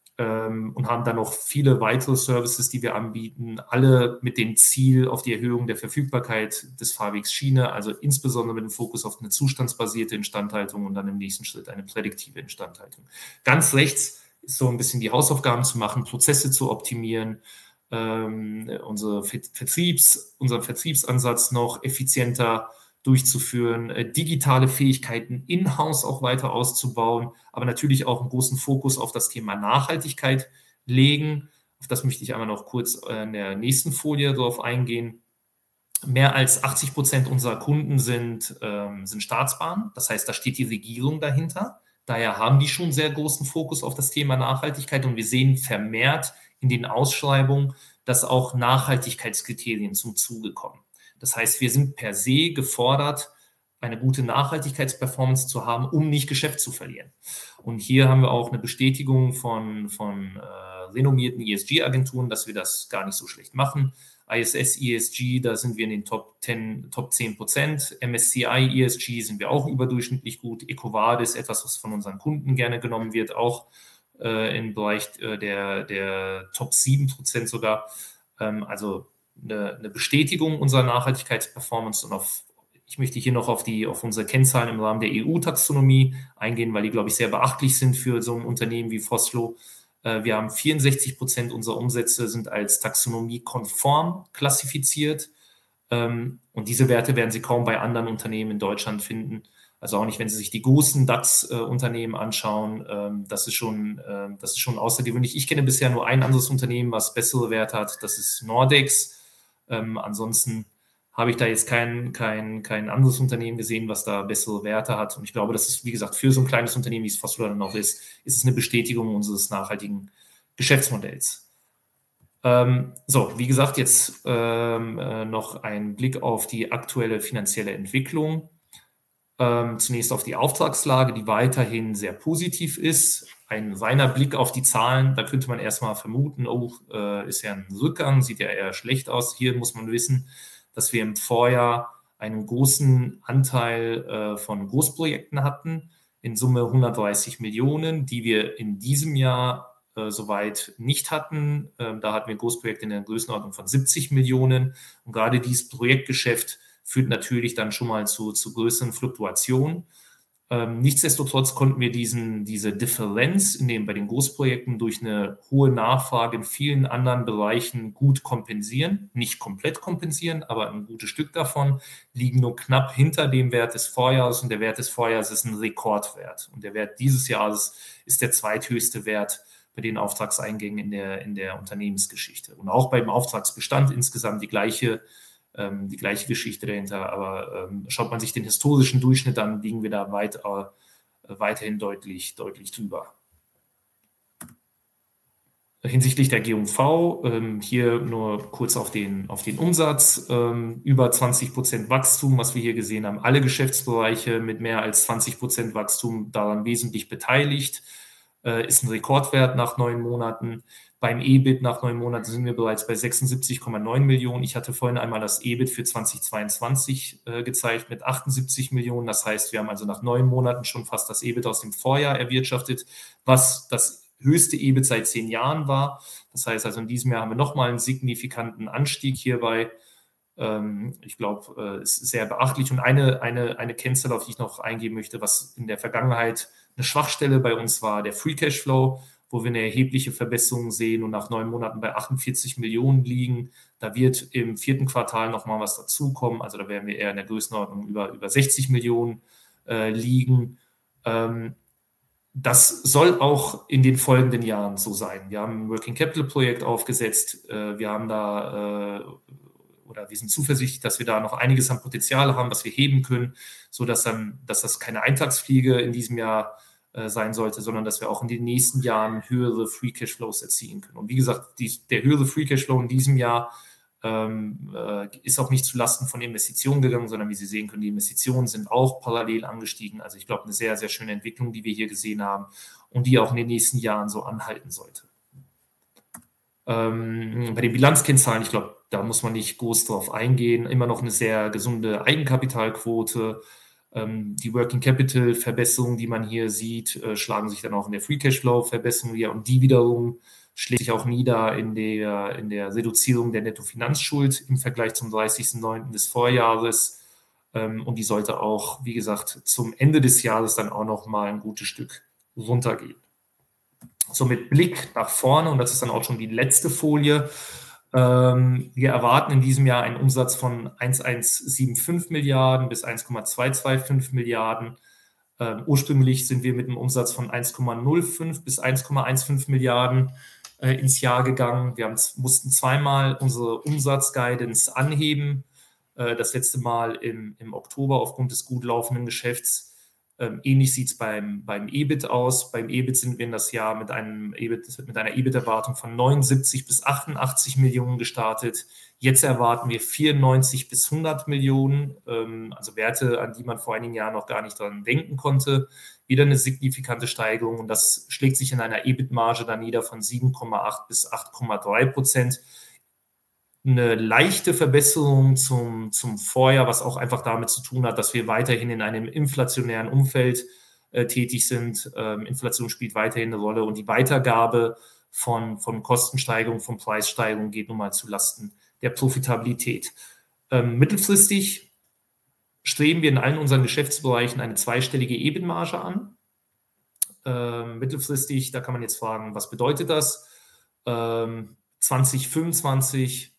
Und haben dann noch viele weitere Services, die wir anbieten, alle mit dem Ziel auf die Erhöhung der Verfügbarkeit des Fahrwegs Schiene, also insbesondere mit dem Fokus auf eine zustandsbasierte Instandhaltung und dann im nächsten Schritt eine prädiktive Instandhaltung. Ganz rechts ist so ein bisschen die Hausaufgaben zu machen, Prozesse zu optimieren, ähm, unsere Vertriebs, unseren Vertriebsansatz noch effizienter durchzuführen, äh, digitale Fähigkeiten in-house auch weiter auszubauen, aber natürlich auch einen großen Fokus auf das Thema Nachhaltigkeit legen. Auf das möchte ich einmal noch kurz in der nächsten Folie drauf eingehen. Mehr als achtzig Prozent unserer Kunden sind, ähm, sind Staatsbahnen. Das heißt, da steht die Regierung dahinter. Daher haben die schon sehr großen Fokus auf das Thema Nachhaltigkeit und wir sehen vermehrt in den Ausschreibungen, dass auch Nachhaltigkeitskriterien zum Zuge kommen. Das heißt, wir sind per se gefordert, eine gute Nachhaltigkeitsperformance zu haben, um nicht Geschäft zu verlieren. Und hier haben wir auch eine Bestätigung von, von äh, renommierten E S G-Agenturen, dass wir das gar nicht so schlecht machen. I S S E S G, da sind wir in den Top zehn, Top zehn Prozent. M S C I E S G sind wir auch überdurchschnittlich gut. EcoVadis, etwas, was von unseren Kunden gerne genommen wird, auch äh, im Bereich äh, der, der Top sieben Prozent sogar. Ähm, also Eine, eine Bestätigung unserer Nachhaltigkeitsperformance und auf, ich möchte hier noch auf, die, auf unsere Kennzahlen im Rahmen der E U-Taxonomie eingehen, weil die, glaube ich, sehr beachtlich sind für so ein Unternehmen wie Vossloh. Äh, wir haben vierundsechzig Prozent unserer Umsätze sind als taxonomiekonform klassifiziert ähm, und diese Werte werden Sie kaum bei anderen Unternehmen in Deutschland finden. Also auch nicht, wenn Sie sich die großen DAX-Unternehmen äh, anschauen. Ähm, das ist schon, äh, das ist schon außergewöhnlich. Ich kenne bisher nur ein anderes Unternehmen, was bessere Werte hat. Das ist Nordex. Ähm, ansonsten habe ich da jetzt kein, kein, kein anderes Unternehmen gesehen, was da bessere Werte hat. Und ich glaube, das ist, wie gesagt, für so ein kleines Unternehmen, wie es Vossloh dann noch ist, ist es eine Bestätigung unseres nachhaltigen Geschäftsmodells. Ähm, so, wie gesagt, jetzt ähm, äh, noch ein Blick auf die aktuelle finanzielle Entwicklung. Ähm, zunächst auf die Auftragslage, die weiterhin sehr positiv ist. Ein reiner Blick auf die Zahlen, da könnte man erstmal vermuten, oh, äh, ist ja ein Rückgang, sieht ja eher schlecht aus. Hier muss man wissen, dass wir im Vorjahr einen großen Anteil äh, von Großprojekten hatten, in Summe hundertdreißig Millionen, die wir in diesem Jahr äh, soweit nicht hatten. Ähm, da hatten wir Großprojekte in der Größenordnung von siebzig Millionen. Und gerade dieses Projektgeschäft führt natürlich dann schon mal zu, zu größeren Fluktuationen. Ähm, nichtsdestotrotz konnten wir diesen, diese Differenz in den, bei den Großprojekten durch eine hohe Nachfrage in vielen anderen Bereichen gut kompensieren. Nicht komplett kompensieren, aber ein gutes Stück davon liegen nur knapp hinter dem Wert des Vorjahres und der Wert des Vorjahres ist ein Rekordwert. Und der Wert dieses Jahres ist der zweithöchste Wert bei den Auftragseingängen in der, in der Unternehmensgeschichte. Und auch beim Auftragsbestand insgesamt die gleiche die gleiche Geschichte dahinter, aber ähm, schaut man sich den historischen Durchschnitt an, liegen wir da weit, äh, weiterhin deutlich, deutlich drüber. Hinsichtlich der G und V, ähm, hier nur kurz auf den, auf den Umsatz, ähm, über zwanzig Prozent Wachstum, was wir hier gesehen haben, alle Geschäftsbereiche mit mehr als zwanzig Prozent Wachstum daran wesentlich beteiligt, äh, ist ein Rekordwert nach neun Monaten. Beim E B I T nach neun Monaten sind wir bereits bei sechsundsiebzig Komma neun Millionen. Ich hatte vorhin einmal das E B I T für zweitausendzweiundzwanzig äh, gezeigt mit achtundsiebzig Millionen. Das heißt, wir haben also nach neun Monaten schon fast das E B I T aus dem Vorjahr erwirtschaftet, was das höchste E B I T seit zehn Jahren war. Das heißt also, in diesem Jahr haben wir nochmal einen signifikanten Anstieg hierbei. Ähm, ich glaube, es äh, ist sehr beachtlich. Und eine, eine, eine Kennzahl, auf die ich noch eingehen möchte, was in der Vergangenheit eine Schwachstelle bei uns war, der Free Cashflow. wo wir eine erhebliche Verbesserung sehen und nach neun Monaten bei achtundvierzig Millionen liegen. Da wird im vierten Quartal nochmal was dazukommen. Also da werden wir eher in der Größenordnung über, über sechzig Millionen äh, liegen. Ähm, Das soll auch in den folgenden Jahren so sein. Wir haben ein Working Capital Projekt aufgesetzt. Wir haben da, oder wir sind zuversichtlich, dass wir da noch einiges an Potenzial haben, was wir heben können, sodass dann, dass das keine Eintagsfliege in diesem Jahr sein sollte, sondern dass wir auch in den nächsten Jahren höhere Free Cashflows erzielen können. Und wie gesagt, die, der höhere Free Cashflow in diesem Jahr Ähm, äh, ist auch nicht zulasten von Investitionen gegangen, sondern wie Sie sehen können, die Investitionen sind auch parallel angestiegen. Also ich glaube, eine sehr, sehr schöne Entwicklung, die wir hier gesehen haben und die auch in den nächsten Jahren so anhalten sollte. Ähm, bei den Bilanzkennzahlen, ich glaube, da muss man nicht groß drauf eingehen. Immer noch eine sehr gesunde Eigenkapitalquote. Ähm, die Working Capital Verbesserungen, die man hier sieht, äh, schlagen sich dann auch in der Free Cashflow Verbesserung wieder und die wiederum schlägt sich auch nieder in der, in der Reduzierung der Nettofinanzschuld im Vergleich zum dreißigsten neunten des Vorjahres. Ähm, und die sollte auch, wie gesagt, zum Ende des Jahres dann auch noch mal ein gutes Stück runtergehen. So mit Blick nach vorne, und das ist dann auch schon die letzte Folie. Ähm, wir erwarten in diesem Jahr einen Umsatz von eins Komma hundertfünfundsiebzig Milliarden bis eins Komma zweihunderfünfundzwanzig Milliarden. Ähm, ursprünglich sind wir mit einem Umsatz von eins Komma null fünf bis eins Komma fünfzehn Milliarden äh, ins Jahr gegangen. Wir haben, mussten zweimal unsere Umsatzguidance anheben. Äh, das letzte Mal im, im Oktober aufgrund des gut laufenden Geschäfts. Ähm, ähnlich sieht es beim, beim E B I T aus. Beim E B I T sind wir in das Jahr mit, einem E B I T, mit einer E B I T-Erwartung von neunundsiebzig bis achtundachtzig Millionen gestartet. Jetzt erwarten wir vierundneunzig bis hundert Millionen, ähm, also Werte, an die man vor einigen Jahren noch gar nicht dran denken konnte. Wieder eine signifikante Steigerung und das schlägt sich in einer E B I T-Marge dann nieder von sieben Komma acht bis acht Komma drei Prozent. Eine leichte Verbesserung zum, zum Vorjahr, was auch einfach damit zu tun hat, dass wir weiterhin in einem inflationären Umfeld äh, tätig sind. Ähm, Inflation spielt weiterhin eine Rolle und die Weitergabe von, von Kostensteigerungen, von Preissteigerungen geht nun mal zu Lasten der Profitabilität. Ähm, mittelfristig streben wir in allen unseren Geschäftsbereichen eine zweistellige E B I T-Marge an. Ähm, mittelfristig, da kann man jetzt fragen, was bedeutet das? Ähm, zwanzig fünfundzwanzig,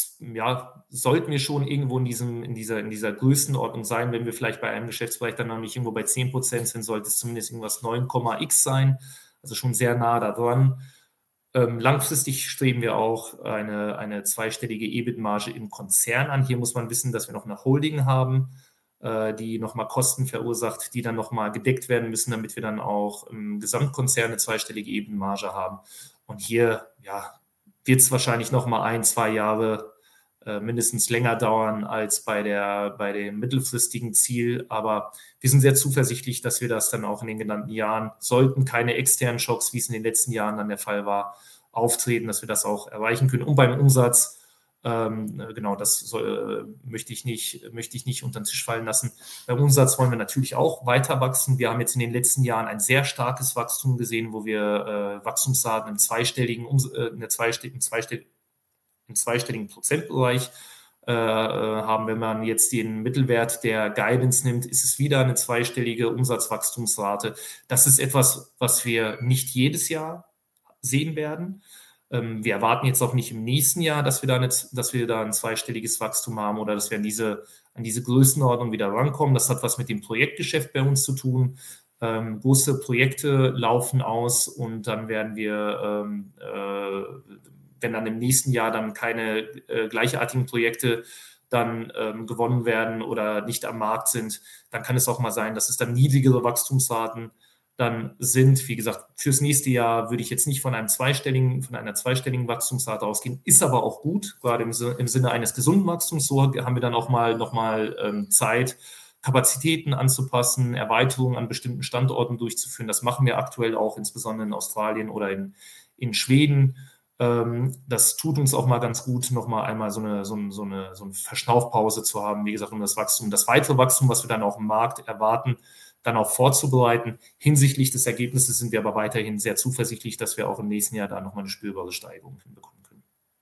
ja, sollten wir schon irgendwo in, diesem, in, dieser, in dieser Größenordnung sein. Wenn wir vielleicht bei einem Geschäftsbereich dann noch nicht irgendwo bei zehn Prozent sind, sollte es zumindest irgendwas neun Komma x sein, also schon sehr nah da dran. Ähm, langfristig streben wir auch eine, eine zweistellige E B I T-Marge im Konzern an. Hier muss man wissen, dass wir noch eine Holding haben, äh, die nochmal Kosten verursacht, die dann nochmal gedeckt werden müssen, damit wir dann auch im Gesamtkonzern eine zweistellige E B I T-Marge haben. Und hier, ja, wird es wahrscheinlich noch mal ein, zwei Jahre äh, mindestens länger dauern als bei, der, bei dem mittelfristigen Ziel. Aber wir sind sehr zuversichtlich, dass wir das dann auch in den genannten Jahren, sollten keine externen Schocks, wie es in den letzten Jahren dann der Fall war, auftreten, dass wir das auch erreichen können. Und beim Umsatz, ähm, genau, das soll, äh, möchte ich nicht, möchte ich nicht unter den Tisch fallen lassen. Beim Umsatz wollen wir natürlich auch weiter wachsen. Wir haben jetzt in den letzten Jahren ein sehr starkes Wachstum gesehen, wo wir äh, Wachstumsraten im zweistelligen, äh, in der zweistelligen, zweistelligen, im zweistelligen Prozentbereich äh, haben. Wenn man jetzt den Mittelwert der Guidance nimmt, ist es wieder eine zweistellige Umsatzwachstumsrate. Das ist etwas, was wir nicht jedes Jahr sehen werden. Wir erwarten jetzt auch nicht im nächsten Jahr, dass wir da, eine, dass wir da ein zweistelliges Wachstum haben oder dass wir an diese, an diese Größenordnung wieder rankommen. Das hat was mit dem Projektgeschäft bei uns zu tun. Ähm, große Projekte laufen aus und dann werden wir, ähm, äh, wenn dann im nächsten Jahr dann keine äh, gleichartigen Projekte dann ähm, gewonnen werden oder nicht am Markt sind, dann kann es auch mal sein, dass es dann niedrigere Wachstumsraten dann sind. Wie gesagt, fürs nächste Jahr würde ich jetzt nicht von einem zweistelligen, von einer zweistelligen Wachstumsrate ausgehen, ist aber auch gut, gerade im, im Sinne eines gesunden Wachstums. So haben wir dann auch mal nochmal ähm, Zeit, Kapazitäten anzupassen, Erweiterungen an bestimmten Standorten durchzuführen. Das machen wir aktuell auch, insbesondere in Australien oder in, in Schweden. Ähm, das tut uns auch mal ganz gut, nochmal einmal so eine, so, eine, so, eine, so eine Verschnaufpause zu haben, wie gesagt, um das Wachstum, das weitere Wachstum, was wir dann auch im Markt erwarten, dann auch vorzubereiten. Hinsichtlich des Ergebnisses sind wir aber weiterhin sehr zuversichtlich, dass wir auch im nächsten Jahr da nochmal eine spürbare Steigerung hinbekommen können.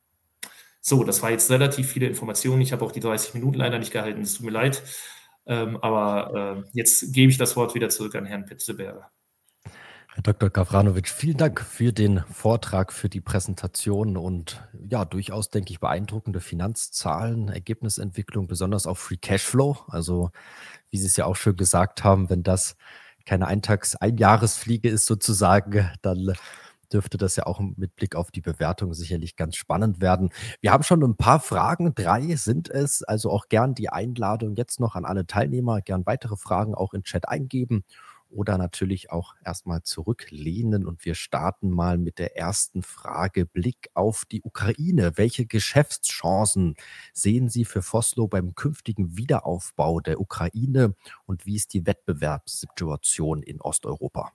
So, das war jetzt relativ viele Informationen. Ich habe auch die dreißig Minuten leider nicht gehalten, es tut mir leid. Ähm, aber äh, jetzt gebe ich das Wort wieder zurück an Herrn Petzelberger. Herr Doktor Gavranovic, vielen Dank für den Vortrag, für die Präsentation und ja, durchaus, denke ich, beeindruckende Finanzzahlen, Ergebnisentwicklung, besonders auch Free Cashflow. Also, wie Sie es ja auch schön gesagt haben, wenn das keine Eintags-, Einjahresfliege ist sozusagen, dann dürfte das ja auch mit Blick auf die Bewertung sicherlich ganz spannend werden. Wir haben schon ein paar Fragen, drei sind es, also auch gern die Einladung jetzt noch an alle Teilnehmer, gern weitere Fragen auch in Chat eingeben oder natürlich auch erstmal zurücklehnen. Und wir starten mal mit der ersten Frage. Blick auf die Ukraine. Welche Geschäftschancen sehen Sie für Vossloh beim künftigen Wiederaufbau der Ukraine und wie ist die Wettbewerbssituation in Osteuropa?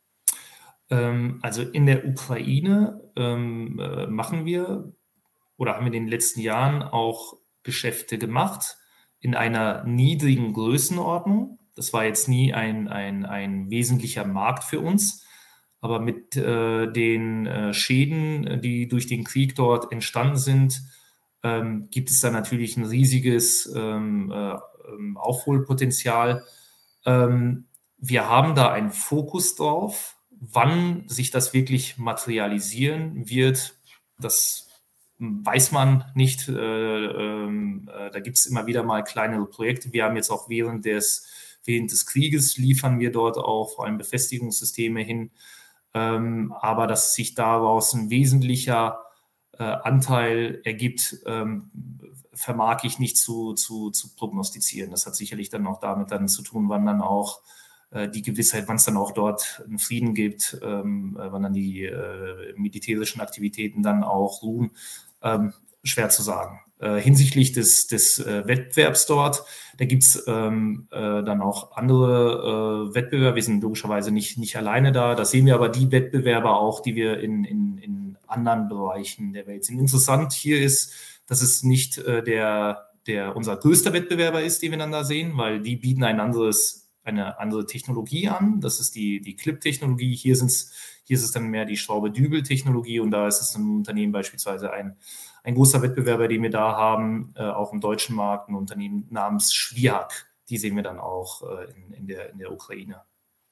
Ähm, also in der Ukraine ähm, äh, machen wir oder haben wir in den letzten Jahren auch Geschäfte gemacht in einer niedrigen Größenordnung. Das war jetzt nie ein, ein, ein wesentlicher Markt für uns. Aber mit äh, den äh, Schäden, die durch den Krieg dort entstanden sind, ähm, gibt es da natürlich ein riesiges ähm, äh, ähm, Aufholpotenzial. Ähm, wir haben da einen Fokus drauf. Wann sich das wirklich materialisieren wird, das weiß man nicht. Äh, ähm, äh, da gibt es immer wieder mal kleinere Projekte. Wir haben jetzt auch während des, während des Krieges liefern wir dort auch vor allem Befestigungssysteme hin. Ähm, aber dass sich daraus ein wesentlicher äh, Anteil ergibt, ähm, vermag ich nicht zu, zu, zu prognostizieren. Das hat sicherlich dann auch damit dann zu tun, wann dann auch äh, die Gewissheit, wann es dann auch dort einen Frieden gibt, ähm, äh, wann dann die äh, militärischen Aktivitäten dann auch ruhen, ähm, schwer zu sagen. Äh, hinsichtlich des, des äh, Wettbewerbs dort, da gibt es ähm, äh, dann auch andere äh, Wettbewerber. Wir sind logischerweise nicht, nicht alleine da. Da sehen wir aber die Wettbewerber auch, die wir in, in, in anderen Bereichen der Welt sind. Interessant hier ist, dass es nicht äh, der, der unser größter Wettbewerber ist, den wir dann da sehen, weil die bieten ein anderes, eine andere Technologie an. Das ist die, die Clip-Technologie. Hier, sind's, hier ist es dann mehr die Schraube-Dübel-Technologie und da ist es ein Unternehmen beispielsweise ein Ein großer Wettbewerber, den wir da haben, äh, auch im deutschen Markt, ein Unternehmen namens Schwiag. Die sehen wir dann auch äh, in, in, der, in der Ukraine.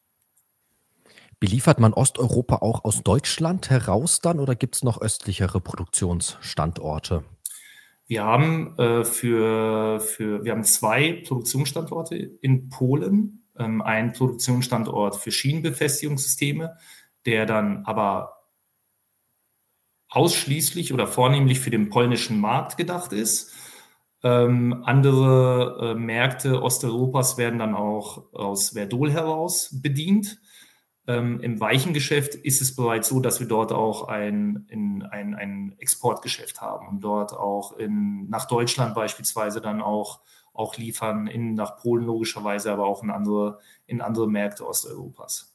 Beliefert man Osteuropa auch aus Deutschland heraus dann oder gibt es noch östlichere Produktionsstandorte? Wir haben, äh, für, für, wir haben zwei Produktionsstandorte in Polen. Ähm, einen Produktionsstandort für Schienenbefestigungssysteme, der dann aber ausschließlich oder vornehmlich für den polnischen Markt gedacht ist. Ähm, andere äh, Märkte Osteuropas werden dann auch aus Verdol heraus bedient. Ähm, Im Weichengeschäft ist es bereits so, dass wir dort auch ein, in, ein, ein Exportgeschäft haben und dort auch in, nach Deutschland beispielsweise dann auch, auch liefern, in, nach Polen logischerweise, aber auch in andere, in andere Märkte Osteuropas.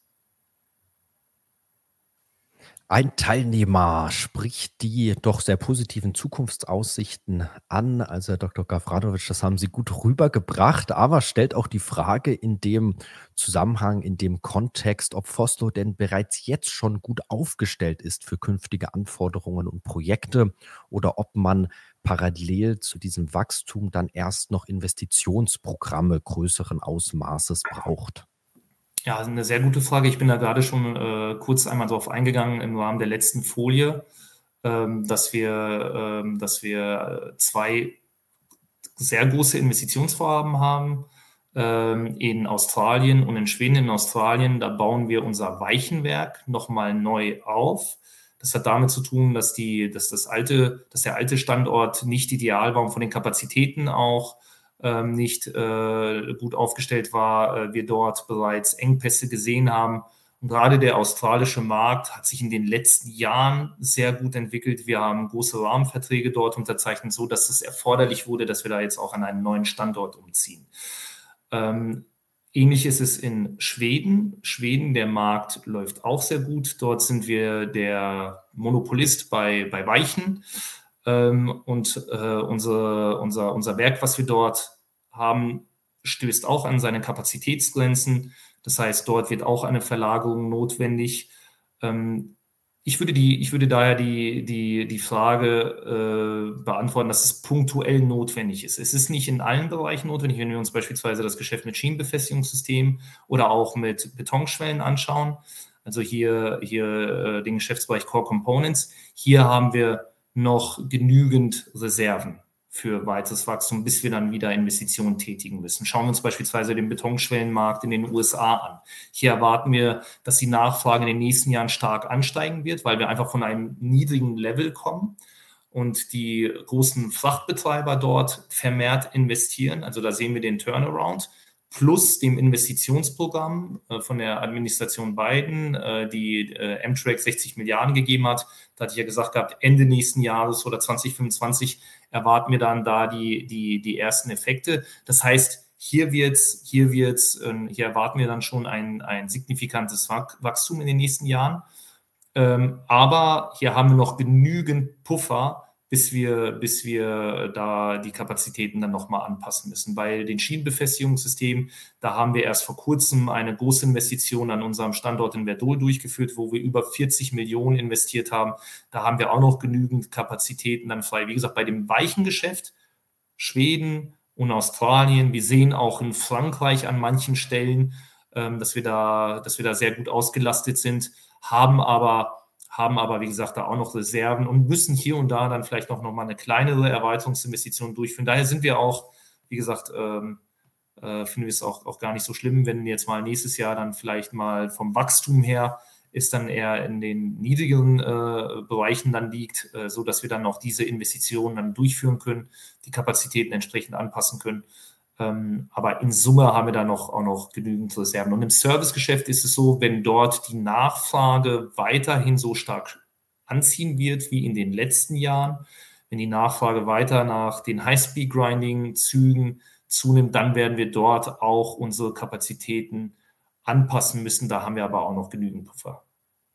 Ein Teilnehmer spricht die doch sehr positiven Zukunftsaussichten an. Also Herr Doktor Gavranovic, das haben Sie gut rübergebracht, aber stellt auch die Frage in dem Zusammenhang, in dem Kontext, ob Vossloh denn bereits jetzt schon gut aufgestellt ist für künftige Anforderungen und Projekte oder ob man parallel zu diesem Wachstum dann erst noch Investitionsprogramme größeren Ausmaßes braucht. Ja, eine sehr gute Frage. Ich bin da gerade schon äh, kurz einmal darauf eingegangen im Rahmen der letzten Folie, ähm, dass wir, ähm, dass wir zwei sehr große Investitionsvorhaben haben ähm, in Australien und in Schweden. In Australien, da bauen wir unser Weichenwerk nochmal neu auf. Das hat damit zu tun, dass, die, dass, das alte, dass der alte Standort nicht ideal war und von den Kapazitäten auch ähm, nicht äh, gut aufgestellt war, äh, wir dort bereits Engpässe gesehen haben. Und gerade der australische Markt hat sich in den letzten Jahren sehr gut entwickelt. Wir haben große Rahmenverträge dort unterzeichnet, so dass es erforderlich wurde, dass wir da jetzt auch an einen neuen Standort umziehen. Ähm, ähnlich ist es in Schweden. Schweden, der Markt läuft auch sehr gut. Dort sind wir der Monopolist bei, bei Weichen. Ähm, und äh, unsere, unser, unser Werk, was wir dort haben, stößt auch an seine Kapazitätsgrenzen. Das heißt, dort wird auch eine Verlagerung notwendig. Ähm, ich, würde die, ich würde daher die, die, die Frage äh, beantworten, dass es punktuell notwendig ist. Es ist nicht in allen Bereichen notwendig, wenn wir uns beispielsweise das Geschäft mit Schienenbefestigungssystemen oder auch mit Betonschwellen anschauen. also hier, hier äh, den Geschäftsbereich Core Components. Hier haben wir noch genügend Reserven für weiteres Wachstum, bis wir dann wieder Investitionen tätigen müssen. Schauen wir uns beispielsweise den Betonschwellenmarkt in den U S A an. Hier erwarten wir, dass die Nachfrage in den nächsten Jahren stark ansteigen wird, weil wir einfach von einem niedrigen Level kommen und die großen Frachtbetreiber dort vermehrt investieren. Also da sehen wir den Turnaround. Plus dem Investitionsprogramm äh, von der Administration Biden, äh, die äh, Amtrak sechzig Milliarden gegeben hat. Da hatte ich ja gesagt gehabt, Ende nächsten Jahres oder zwanzig fünfundzwanzig erwarten wir dann da die, die, die ersten Effekte. Das heißt, hier wird's, hier wird's, äh, hier erwarten wir dann schon ein, ein signifikantes Wachstum in den nächsten Jahren. Ähm, aber hier haben wir noch genügend Puffer, bis wir, bis wir da die Kapazitäten dann nochmal anpassen müssen. Bei den Schienenbefestigungssystemen, da haben wir erst vor kurzem eine große Investition an unserem Standort in Verdol durchgeführt, wo wir über vierzig Millionen investiert haben. Da haben wir auch noch genügend Kapazitäten dann frei. Wie gesagt, bei dem weichen Geschäft, Schweden und Australien, wir sehen auch in Frankreich an manchen Stellen, ähm, dass wir da, dass wir da sehr gut ausgelastet sind, haben aber haben aber, wie gesagt, da auch noch Reserven und müssen hier und da dann vielleicht noch, noch mal eine kleinere Erweiterungsinvestition durchführen. Daher sind wir auch, wie gesagt, ähm, äh, finden wir es auch, auch gar nicht so schlimm, wenn jetzt mal nächstes Jahr dann vielleicht mal vom Wachstum her ist dann eher in den niedrigeren äh, Bereichen dann liegt, äh, so dass wir dann auch diese Investitionen dann durchführen können, die Kapazitäten entsprechend anpassen können. Ähm, aber in Summe haben wir da noch, auch noch genügend Reserven. Und im Servicegeschäft ist es so, wenn dort die Nachfrage weiterhin so stark anziehen wird wie in den letzten Jahren, wenn die Nachfrage weiter nach den High-Speed-Grinding-Zügen zunimmt, dann werden wir dort auch unsere Kapazitäten anpassen müssen. Da haben wir aber auch noch genügend Puffer.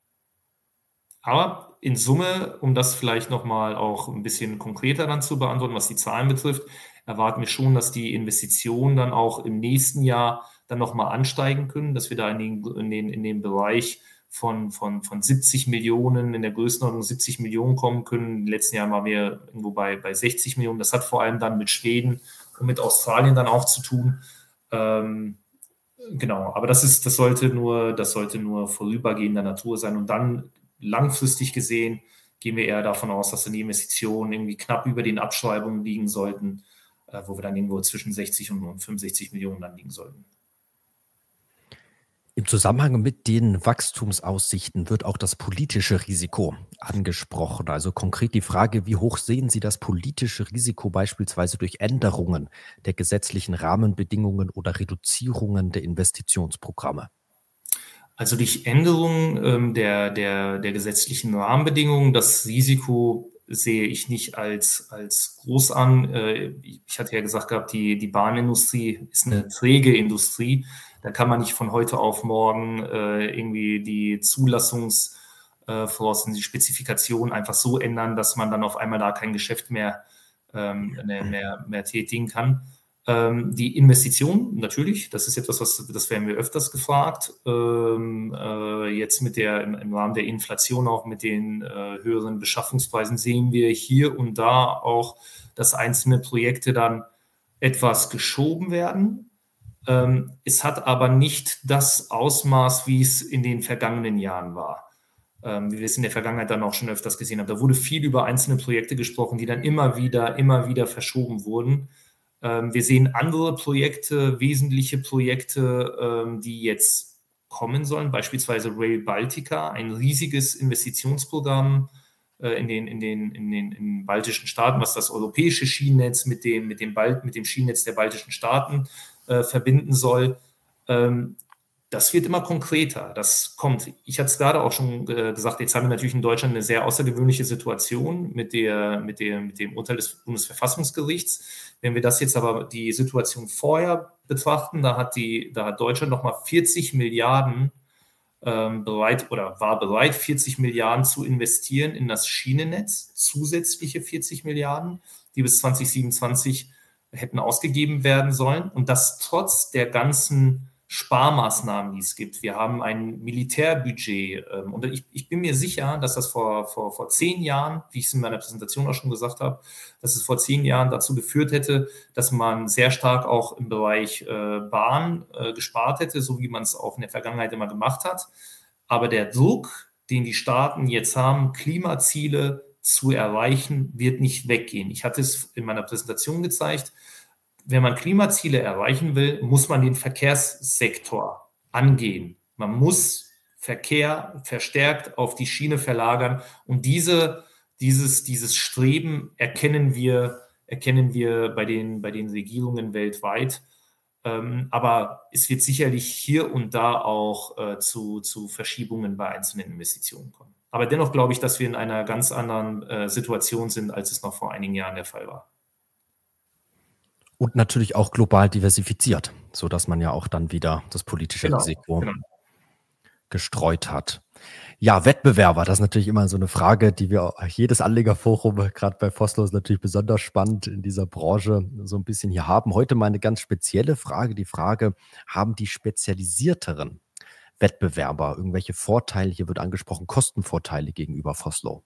Aber in Summe, um das vielleicht nochmal auch ein bisschen konkreter dann zu beantworten, was die Zahlen betrifft, erwarten wir schon, dass die Investitionen dann auch im nächsten Jahr dann nochmal ansteigen können, dass wir da in den, in den, in den Bereich von, von, von siebzig Millionen, in der Größenordnung siebzig Millionen kommen können. In den letzten Jahren waren wir irgendwo bei, bei sechzig Millionen. Das hat vor allem dann mit Schweden und mit Australien dann auch zu tun. Ähm, genau, aber das ist, das sollte nur, das sollte nur vorübergehender Natur sein. Und dann langfristig gesehen gehen wir eher davon aus, dass dann die Investitionen irgendwie knapp über den Abschreibungen liegen sollten, wo wir dann irgendwo zwischen sechzig und fünfundsechzig Millionen dann liegen sollten. Im Zusammenhang mit den Wachstumsaussichten wird auch das politische Risiko angesprochen. Also konkret die Frage, wie hoch sehen Sie das politische Risiko beispielsweise durch Änderungen der gesetzlichen Rahmenbedingungen oder Reduzierungen der Investitionsprogramme? Also durch Änderungen ähm, der, der, der gesetzlichen Rahmenbedingungen, das Risiko sehe ich nicht als, als groß an. Äh, ich hatte ja gesagt gehabt, die, die Bahnindustrie ist eine träge Industrie. Da kann man nicht von heute auf morgen äh, irgendwie die Zulassungsvoraussetzungen, äh, die Spezifikation einfach so ändern, dass man dann auf einmal da kein Geschäft mehr, ähm, mehr, mehr tätigen kann. Ähm, die Investition, natürlich, das ist etwas, was, das werden wir öfters gefragt. Ähm, äh, jetzt mit der, im, im Rahmen der Inflation, auch mit den äh, höheren Beschaffungspreisen, sehen wir hier und da auch, dass einzelne Projekte dann etwas geschoben werden. Ähm, es hat aber nicht das Ausmaß, wie es in den vergangenen Jahren war. Ähm, wie wir es in der Vergangenheit dann auch schon öfters gesehen haben. Da wurde viel über einzelne Projekte gesprochen, die dann immer wieder, immer wieder verschoben wurden. Wir sehen andere Projekte, wesentliche Projekte, die jetzt kommen sollen, beispielsweise Rail Baltica, ein riesiges Investitionsprogramm in den, in den, in den, in den baltischen Staaten, was das europäische Schienennetz mit dem, mit dem, Bal- mit dem Schienennetz der baltischen Staaten äh, verbinden soll. Ähm, Das wird immer konkreter, das kommt. Ich hatte es gerade auch schon äh, gesagt, jetzt haben wir natürlich in Deutschland eine sehr außergewöhnliche Situation mit, der, mit, der, mit dem Urteil des Bundesverfassungsgerichts. Wenn wir das jetzt aber die Situation vorher betrachten, da hat, die, da hat Deutschland nochmal vierzig Milliarden ähm, bereit oder war bereit, vierzig Milliarden zu investieren in das Schienennetz, zusätzliche vierzig Milliarden, die bis zwanzig siebenundzwanzig hätten ausgegeben werden sollen. Und das trotz der ganzen Sparmaßnahmen, die es gibt. Wir haben ein Militärbudget ähm, und ich, ich bin mir sicher, dass das vor, vor, vor zehn Jahren, wie ich es in meiner Präsentation auch schon gesagt habe, dass es vor zehn Jahren dazu geführt hätte, dass man sehr stark auch im Bereich äh, Bahn äh, gespart hätte, so wie man es auch in der Vergangenheit immer gemacht hat. Aber der Druck, den die Staaten jetzt haben, Klimaziele zu erreichen, wird nicht weggehen. Ich hatte es in meiner Präsentation gezeigt. Wenn man Klimaziele erreichen will, muss man den Verkehrssektor angehen. Man muss Verkehr verstärkt auf die Schiene verlagern. Und diese, dieses, dieses Streben erkennen wir, erkennen wir bei den, bei den Regierungen weltweit. Ähm, aber es wird sicherlich hier und da auch äh, zu, zu Verschiebungen bei einzelnen Investitionen kommen. Aber dennoch glaube ich, dass wir in einer ganz anderen äh, Situation sind, als es noch vor einigen Jahren der Fall war. Und natürlich auch global diversifiziert, sodass man ja auch dann wieder das politische Genau, Risiko genau. gestreut hat. Ja, Wettbewerber, das ist natürlich immer so eine Frage, die wir jedes Anlegerforum, gerade bei Vossloh, ist natürlich besonders spannend in dieser Branche so ein bisschen hier haben. Heute mal eine ganz spezielle Frage, die Frage, haben die spezialisierteren Wettbewerber irgendwelche Vorteile, hier wird angesprochen, Kostenvorteile gegenüber Vossloh?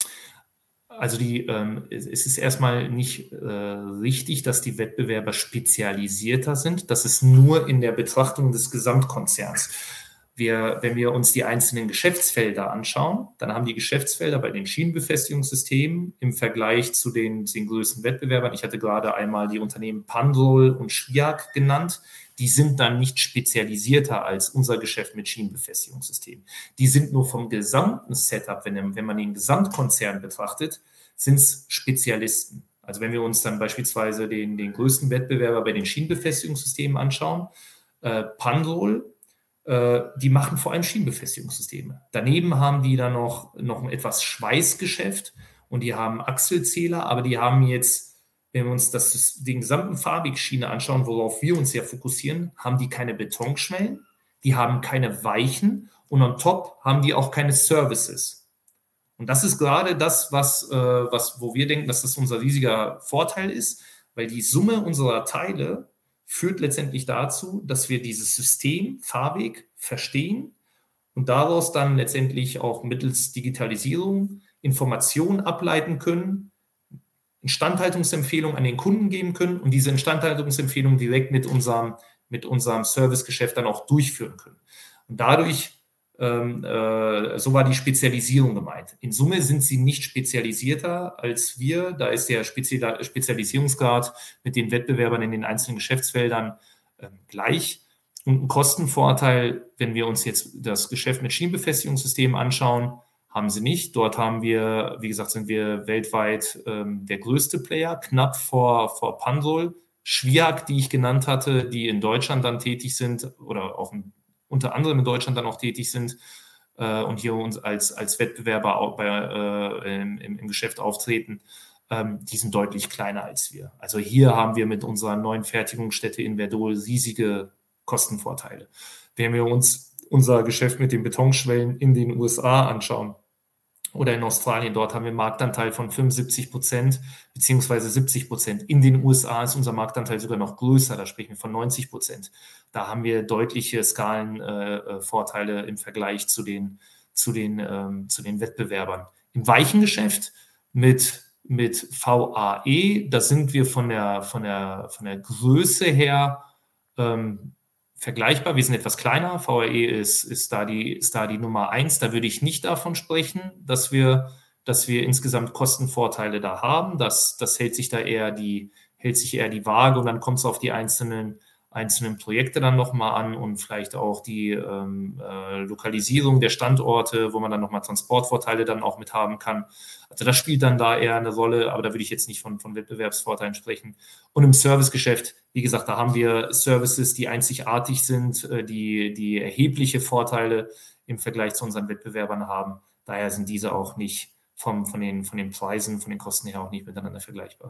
Also die, ähm, es ist erstmal nicht äh, richtig, dass die Wettbewerber spezialisierter sind. Das ist nur in der Betrachtung des Gesamtkonzerns. Wir, wenn wir uns die einzelnen Geschäftsfelder anschauen, dann haben die Geschäftsfelder bei den Schienenbefestigungssystemen im Vergleich zu den, den größten Wettbewerbern, ich hatte gerade einmal die Unternehmen Pandrol und Schwiag genannt, die sind dann nicht spezialisierter als unser Geschäft mit Schienenbefestigungssystemen. Die sind nur vom gesamten Setup, wenn, wenn man den Gesamtkonzern betrachtet, sind es Spezialisten. Also wenn wir uns dann beispielsweise den, den größten Wettbewerber bei den Schienenbefestigungssystemen anschauen, äh, Pandrol, äh, die machen vor allem Schienenbefestigungssysteme. Daneben haben die dann noch, noch ein etwas Schweißgeschäft und die haben Achselzähler, aber die haben jetzt, wenn wir uns das, den gesamten Fahrwegschiene anschauen, worauf wir uns ja fokussieren, haben die keine Betonschwellen, die haben keine Weichen und on top haben die auch keine Services. Und das ist gerade das, was, äh, was, wo wir denken, dass das unser riesiger Vorteil ist, weil die Summe unserer Teile führt letztendlich dazu, dass wir dieses System Fahrweg verstehen und daraus dann letztendlich auch mittels Digitalisierung Informationen ableiten können, Instandhaltungsempfehlungen an den Kunden geben können und diese Instandhaltungsempfehlungen direkt mit unserem, mit unserem Servicegeschäft dann auch durchführen können. Und dadurch, ähm, äh, so war die Spezialisierung gemeint. In Summe sind sie nicht spezialisierter als wir. Da ist der Spezial- Spezialisierungsgrad mit den Wettbewerbern in den einzelnen Geschäftsfeldern äh, gleich. Und ein Kostenvorteil, wenn wir uns jetzt das Geschäft mit Schienenbefestigungssystemen anschauen, haben sie nicht. Dort haben wir, wie gesagt, sind wir weltweit ähm, der größte Player, knapp vor, vor Pandrol. Schwiag, die ich genannt hatte, die in Deutschland dann tätig sind oder auch in, unter anderem in Deutschland dann auch tätig sind äh, und hier uns als, als Wettbewerber auch bei, äh, im, im Geschäft auftreten, ähm, die sind deutlich kleiner als wir. Also hier haben wir mit unserer neuen Fertigungsstätte in Verdol riesige Kostenvorteile. Wenn wir uns unser Geschäft mit den Betonschwellen in den U S A anschauen oder in Australien, dort haben wir einen Marktanteil von fünfundsiebzig Prozent beziehungsweise siebzig Prozent. In den U S A ist unser Marktanteil sogar noch größer, da sprechen wir von neunzig Prozent. Da haben wir deutliche Skalenvorteile äh, im Vergleich zu den, zu den, ähm, zu den Wettbewerbern. Im Weichengeschäft mit, mit V A E, da sind wir von der, von der, von der Größe her ähm, vergleichbar. Wir sind etwas kleiner. V A E ist, ist, da die, ist da die Nummer eins. Da würde ich nicht davon sprechen, dass wir, dass wir insgesamt Kostenvorteile da haben. Das, das hält sich da eher die, hält sich eher die Waage und dann kommt es auf die einzelnen, einzelnen Projekte dann nochmal an und vielleicht auch die ähm, äh, Lokalisierung der Standorte, wo man dann nochmal Transportvorteile dann auch mit haben kann. Also das spielt dann da eher eine Rolle, aber da würde ich jetzt nicht von, von Wettbewerbsvorteilen sprechen. Und im Servicegeschäft, wie gesagt, da haben wir Services, die einzigartig sind, die, die erhebliche Vorteile im Vergleich zu unseren Wettbewerbern haben. Daher sind diese auch nicht vom, von, den, von den Preisen, von den Kosten her auch nicht miteinander vergleichbar.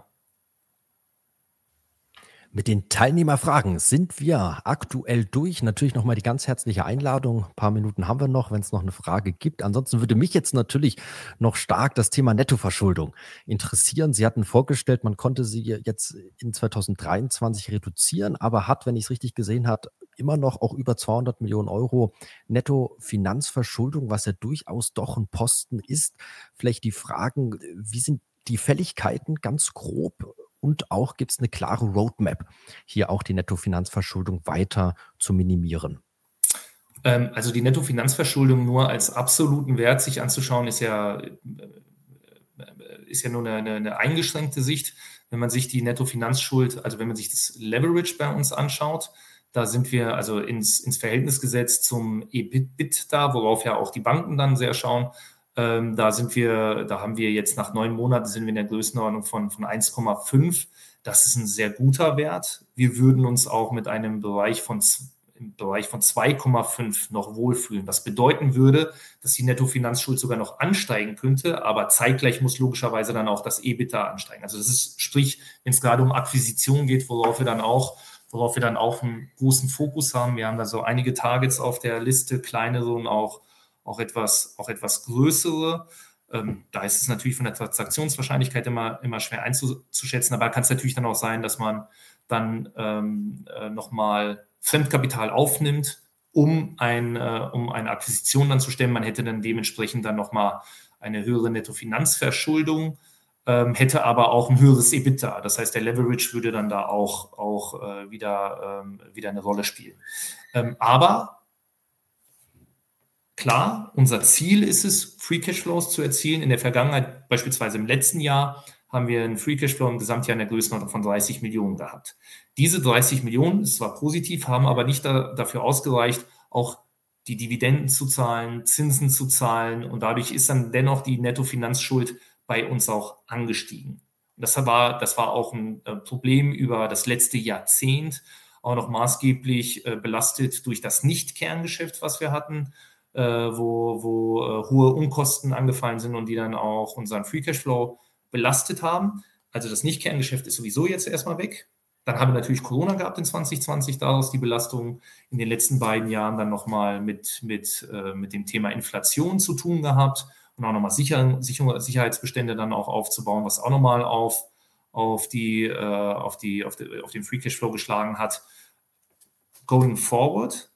Mit den Teilnehmerfragen sind wir aktuell durch. Natürlich nochmal die ganz herzliche Einladung. Ein paar Minuten haben wir noch, wenn es noch eine Frage gibt. Ansonsten würde mich jetzt natürlich noch stark das Thema Nettoverschuldung interessieren. Sie hatten vorgestellt, man konnte sie jetzt in zwanzig dreiundzwanzig reduzieren, aber hat, wenn ich es richtig gesehen habe, immer noch auch über zweihundert Millionen Euro Nettofinanzverschuldung, was ja durchaus doch ein Posten ist. Vielleicht die Fragen, wie sind die Fälligkeiten ganz grob? Und auch gibt es eine klare Roadmap, hier auch die Nettofinanzverschuldung weiter zu minimieren? Ähm, also die Nettofinanzverschuldung nur als absoluten Wert sich anzuschauen, ist ja, ist ja nur eine, eine, eine eingeschränkte Sicht. Wenn man sich die Nettofinanzschuld, also wenn man sich das Leverage bei uns anschaut, da sind wir also ins, ins Verhältnis gesetzt zum EBITDA, worauf ja auch die Banken dann sehr schauen. Ähm, da sind wir, da haben wir jetzt nach neun Monaten sind wir in der Größenordnung von, von eins Komma fünf. Das ist ein sehr guter Wert. Wir würden uns auch mit einem Bereich von im Bereich von zwei Komma fünf noch wohlfühlen. Was bedeuten würde, dass die Nettofinanzschuld sogar noch ansteigen könnte, aber zeitgleich muss logischerweise dann auch das EBITDA ansteigen. Also das ist, sprich, wenn es gerade um Akquisition geht, worauf wir dann auch, worauf wir dann auch einen großen Fokus haben. Wir haben da so einige Targets auf der Liste, kleinere und auch, auch etwas, auch etwas größere. Ähm, da ist es natürlich von der Transaktionswahrscheinlichkeit immer, immer schwer einzuschätzen, aber kann es natürlich dann auch sein, dass man dann ähm, äh, nochmal Fremdkapital aufnimmt, um, ein, äh, um eine Akquisition dann zu stemmen. Man hätte dann dementsprechend dann nochmal eine höhere Nettofinanzverschuldung, ähm, hätte aber auch ein höheres EBITDA. Das heißt, der Leverage würde dann da auch, auch äh, wieder, ähm, wieder eine Rolle spielen. Ähm, aber klar, unser Ziel ist es, Free Cashflows zu erzielen. In der Vergangenheit, beispielsweise im letzten Jahr, haben wir einen Free Cashflow im Gesamtjahr in der Größenordnung von dreißig Millionen gehabt. Diese dreißig Millionen ist zwar positiv, haben aber nicht da, dafür ausgereicht, auch die Dividenden zu zahlen, Zinsen zu zahlen, und dadurch ist dann dennoch die Nettofinanzschuld bei uns auch angestiegen. Und das war, das war auch ein Problem über das letzte Jahrzehnt, auch noch maßgeblich äh, belastet durch das Nicht-Kerngeschäft, was wir hatten, äh, wo, wo äh, hohe Unkosten angefallen sind und die dann auch unseren Free Cashflow belastet haben. Also das Nicht-Kerngeschäft ist sowieso jetzt erstmal weg. Dann haben wir natürlich Corona gehabt in zwanzig zwanzig, daraus die Belastung in den letzten beiden Jahren dann nochmal mit, mit, äh, mit dem Thema Inflation zu tun gehabt und auch nochmal Sicher, Sicher, Sicherheitsbestände dann auch aufzubauen, was auch nochmal auf, auf, die, äh, auf, die, auf, die, auf den Free Cashflow geschlagen hat. Going forward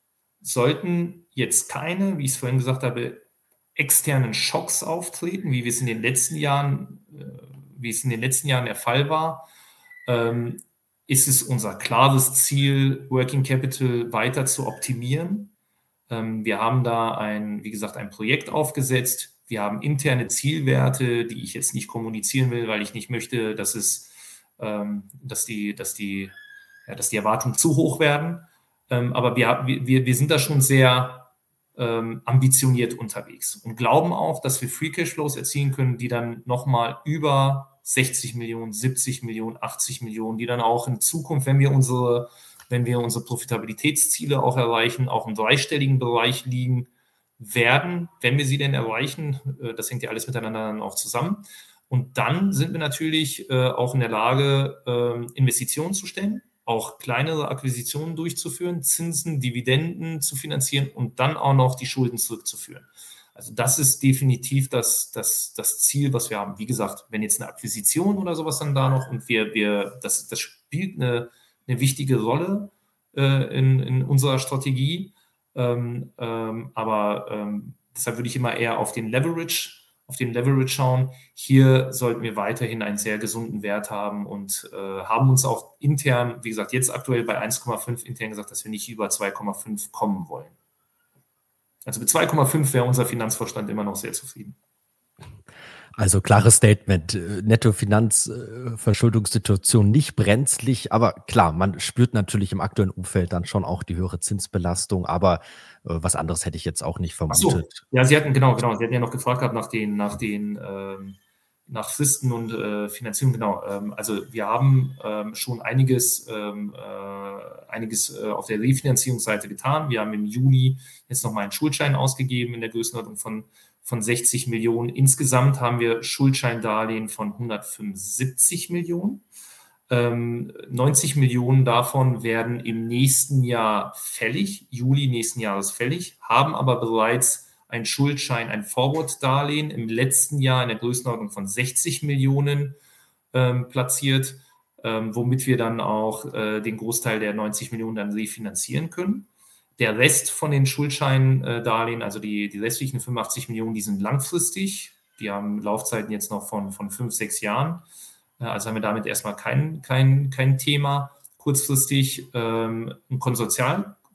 sollten jetzt keine, wie ich es vorhin gesagt habe, externen Schocks auftreten, wie wir es in den letzten Jahren, wie es in den letzten Jahren der Fall war, ähm, ist es unser klares Ziel, Working Capital weiter zu optimieren. Ähm, wir haben da ein, wie gesagt, ein Projekt aufgesetzt. Wir haben interne Zielwerte, die ich jetzt nicht kommunizieren will, weil ich nicht möchte, dass es, ähm, dass die, dass die, ja, dass die Erwartungen zu hoch werden. Ähm, aber wir, wir, wir sind da schon sehr Ähm, ambitioniert unterwegs und glauben auch, dass wir Free Cashflows erzielen können, die dann nochmal über sechzig Millionen, siebzig Millionen, achtzig Millionen, die dann auch in Zukunft, wenn wir unsere, wenn wir unsere Profitabilitätsziele auch erreichen, auch im dreistelligen Bereich liegen werden, wenn wir sie denn erreichen. Das hängt ja alles miteinander dann auch zusammen. Und dann sind wir natürlich äh, auch in der Lage, äh, Investitionen zu stellen, auch kleinere Akquisitionen durchzuführen, Zinsen, Dividenden zu finanzieren und dann auch noch die Schulden zurückzuführen. Also das ist definitiv das, das, das Ziel, was wir haben. Wie gesagt, wenn jetzt eine Akquisition oder sowas dann da noch und wir, wir das, das spielt eine, eine wichtige Rolle äh, in, in unserer Strategie. Ähm, ähm, aber ähm, deshalb würde ich immer eher auf den Leverage auf den Leverage schauen. Hier sollten wir weiterhin einen sehr gesunden Wert haben und äh, haben uns auch intern, wie gesagt, jetzt aktuell bei eins Komma fünf intern gesagt, dass wir nicht über zwei Komma fünf kommen wollen. Also mit zwei Komma fünf wäre unser Finanzvorstand immer noch sehr zufrieden. Also klares Statement, Netto-Finanzverschuldungssituation nicht brenzlig, aber klar, man spürt natürlich im aktuellen Umfeld dann schon auch die höhere Zinsbelastung, aber äh, was anderes hätte ich jetzt auch nicht vermutet. Ach so. Ja, Sie hatten, genau, genau, Sie hatten ja noch gefragt gehabt nach den, nach den, ähm, nach Fristen und äh, Finanzierung, genau. Ähm, also wir haben ähm, schon einiges, ähm, äh, einiges äh, auf der Refinanzierungsseite getan. Wir haben im Juni jetzt nochmal einen Schuldschein ausgegeben in der Größenordnung von von sechzig Millionen. Insgesamt haben wir Schuldscheindarlehen von hundertfünfundsiebzig Millionen. Ähm, neunzig Millionen davon werden im nächsten Jahr fällig, Juli nächsten Jahres fällig, haben aber bereits einen Schuldschein, ein Forward-Darlehen im letzten Jahr in der Größenordnung von sechzig Millionen ähm, platziert, ähm, womit wir dann auch äh, den Großteil der neunzig Millionen dann refinanzieren können. Der Rest von den Schuldscheindarlehen, also die, die restlichen fünfundachtzig Millionen, die sind langfristig. Die haben Laufzeiten jetzt noch von, von fünf, sechs Jahren. Also haben wir damit erstmal kein, kein, kein Thema. Kurzfristig ähm, ein Konsortial,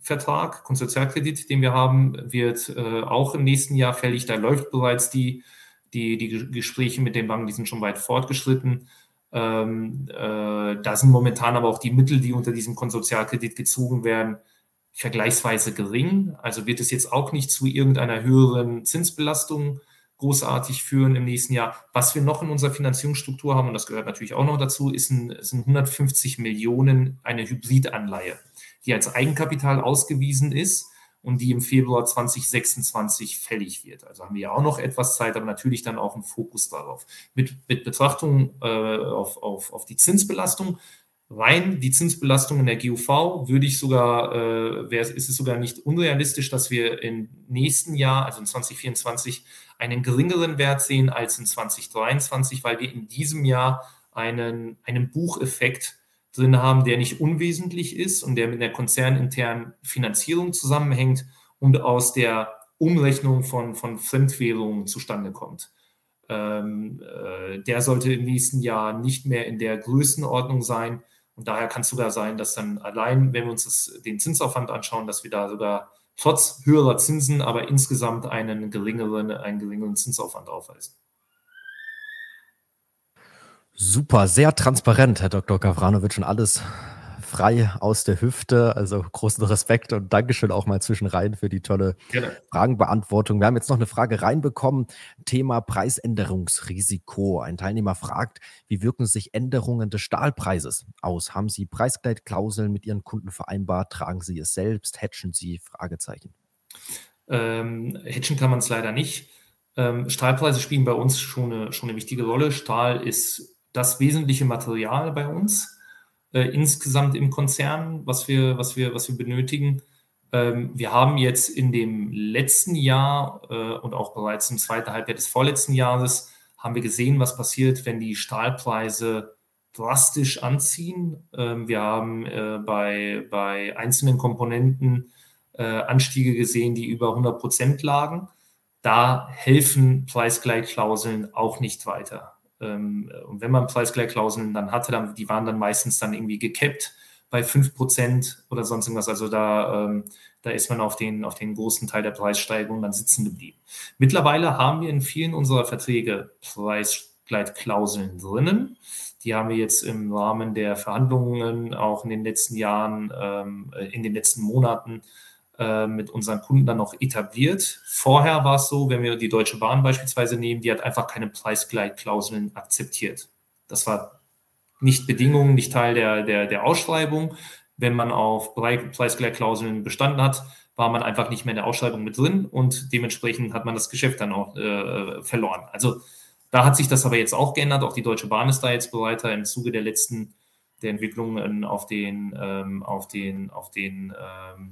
Zinsvertrag, Konsortialkredit, den wir haben, wird äh, auch im nächsten Jahr fällig. Da läuft bereits die, die, die Gespräche mit den Banken, die sind schon weit fortgeschritten. Ähm, äh, da sind momentan aber auch die Mittel, die unter diesem Konsortialkredit gezogen werden, vergleichsweise gering. Also wird es jetzt auch nicht zu irgendeiner höheren Zinsbelastung großartig führen im nächsten Jahr. Was wir noch in unserer Finanzierungsstruktur haben, und das gehört natürlich auch noch dazu, ist ein, sind hundertfünfzig Millionen eine Hybridanleihe, die als Eigenkapital ausgewiesen ist und die im Februar zwanzig sechsundzwanzig fällig wird. Also haben wir ja auch noch etwas Zeit, aber natürlich dann auch einen Fokus darauf. Mit, mit Betrachtung äh, auf, auf, auf die Zinsbelastung, rein die Zinsbelastung in der G U V würde ich sogar, äh, wär, ist es sogar nicht unrealistisch, dass wir im nächsten Jahr, also in zwanzig vierundzwanzig, einen geringeren Wert sehen als in zwanzig dreiundzwanzig, weil wir in diesem Jahr einen, einen Bucheffekt drin haben, der nicht unwesentlich ist und der mit der konzerninternen Finanzierung zusammenhängt und aus der Umrechnung von, von Fremdwährungen zustande kommt. Ähm, äh, der sollte im nächsten Jahr nicht mehr in der Größenordnung sein. Und daher kann es sogar sein, dass dann allein, wenn wir uns das, den Zinsaufwand anschauen, dass wir da sogar trotz höherer Zinsen, aber insgesamt einen geringeren, einen geringeren Zinsaufwand aufweisen. Super, sehr transparent, Herr Doktor Gavranovic, und alles frei aus der Hüfte. Also großen Respekt und Dankeschön auch mal zwischenrein für die tolle Gerne. Fragenbeantwortung. Wir haben jetzt noch eine Frage reinbekommen, Thema Preisänderungsrisiko. Ein Teilnehmer fragt, wie wirken sich Änderungen des Stahlpreises aus? Haben Sie Preisgleitklauseln mit Ihren Kunden vereinbart? Tragen Sie es selbst? Hedgen Sie? Fragezeichen. Ähm, hedgen kann man es leider nicht. Ähm, Stahlpreise spielen bei uns schon eine, schon eine wichtige Rolle. Stahl ist das wesentliche Material bei uns, äh, insgesamt im Konzern, was wir, was wir, was wir benötigen. Ähm, wir haben jetzt in dem letzten Jahr äh, und auch bereits im zweiten Halbjahr des vorletzten Jahres haben wir gesehen, was passiert, wenn die Stahlpreise drastisch anziehen. Ähm, wir haben äh, bei, bei einzelnen Komponenten äh, Anstiege gesehen, die über hundert Prozent lagen. Da helfen Preisgleitklauseln auch nicht weiter. Und wenn man Preisgleitklauseln dann hatte, dann, die waren dann meistens dann irgendwie gekappt bei fünf Prozent oder sonst irgendwas. Also da, ähm, da ist man auf den, auf den großen Teil der Preissteigerung dann sitzen geblieben. Mittlerweile haben wir in vielen unserer Verträge Preisgleitklauseln drinnen. Die haben wir jetzt im Rahmen der Verhandlungen auch in den letzten Jahren, ähm, in den letzten Monaten mit unseren Kunden dann noch etabliert. Vorher war es so, wenn wir die Deutsche Bahn beispielsweise nehmen, die hat einfach keine Preisgleitklauseln akzeptiert. Das war nicht Bedingung, nicht Teil der, der, der Ausschreibung. Wenn man auf Preisgleitklauseln bestanden hat, war man einfach nicht mehr in der Ausschreibung mit drin und dementsprechend hat man das Geschäft dann auch äh, verloren. Also da hat sich das aber jetzt auch geändert. Auch die Deutsche Bahn ist da jetzt bereiter im Zuge der letzten der Entwicklungen auf den, ähm, auf den, auf den ähm,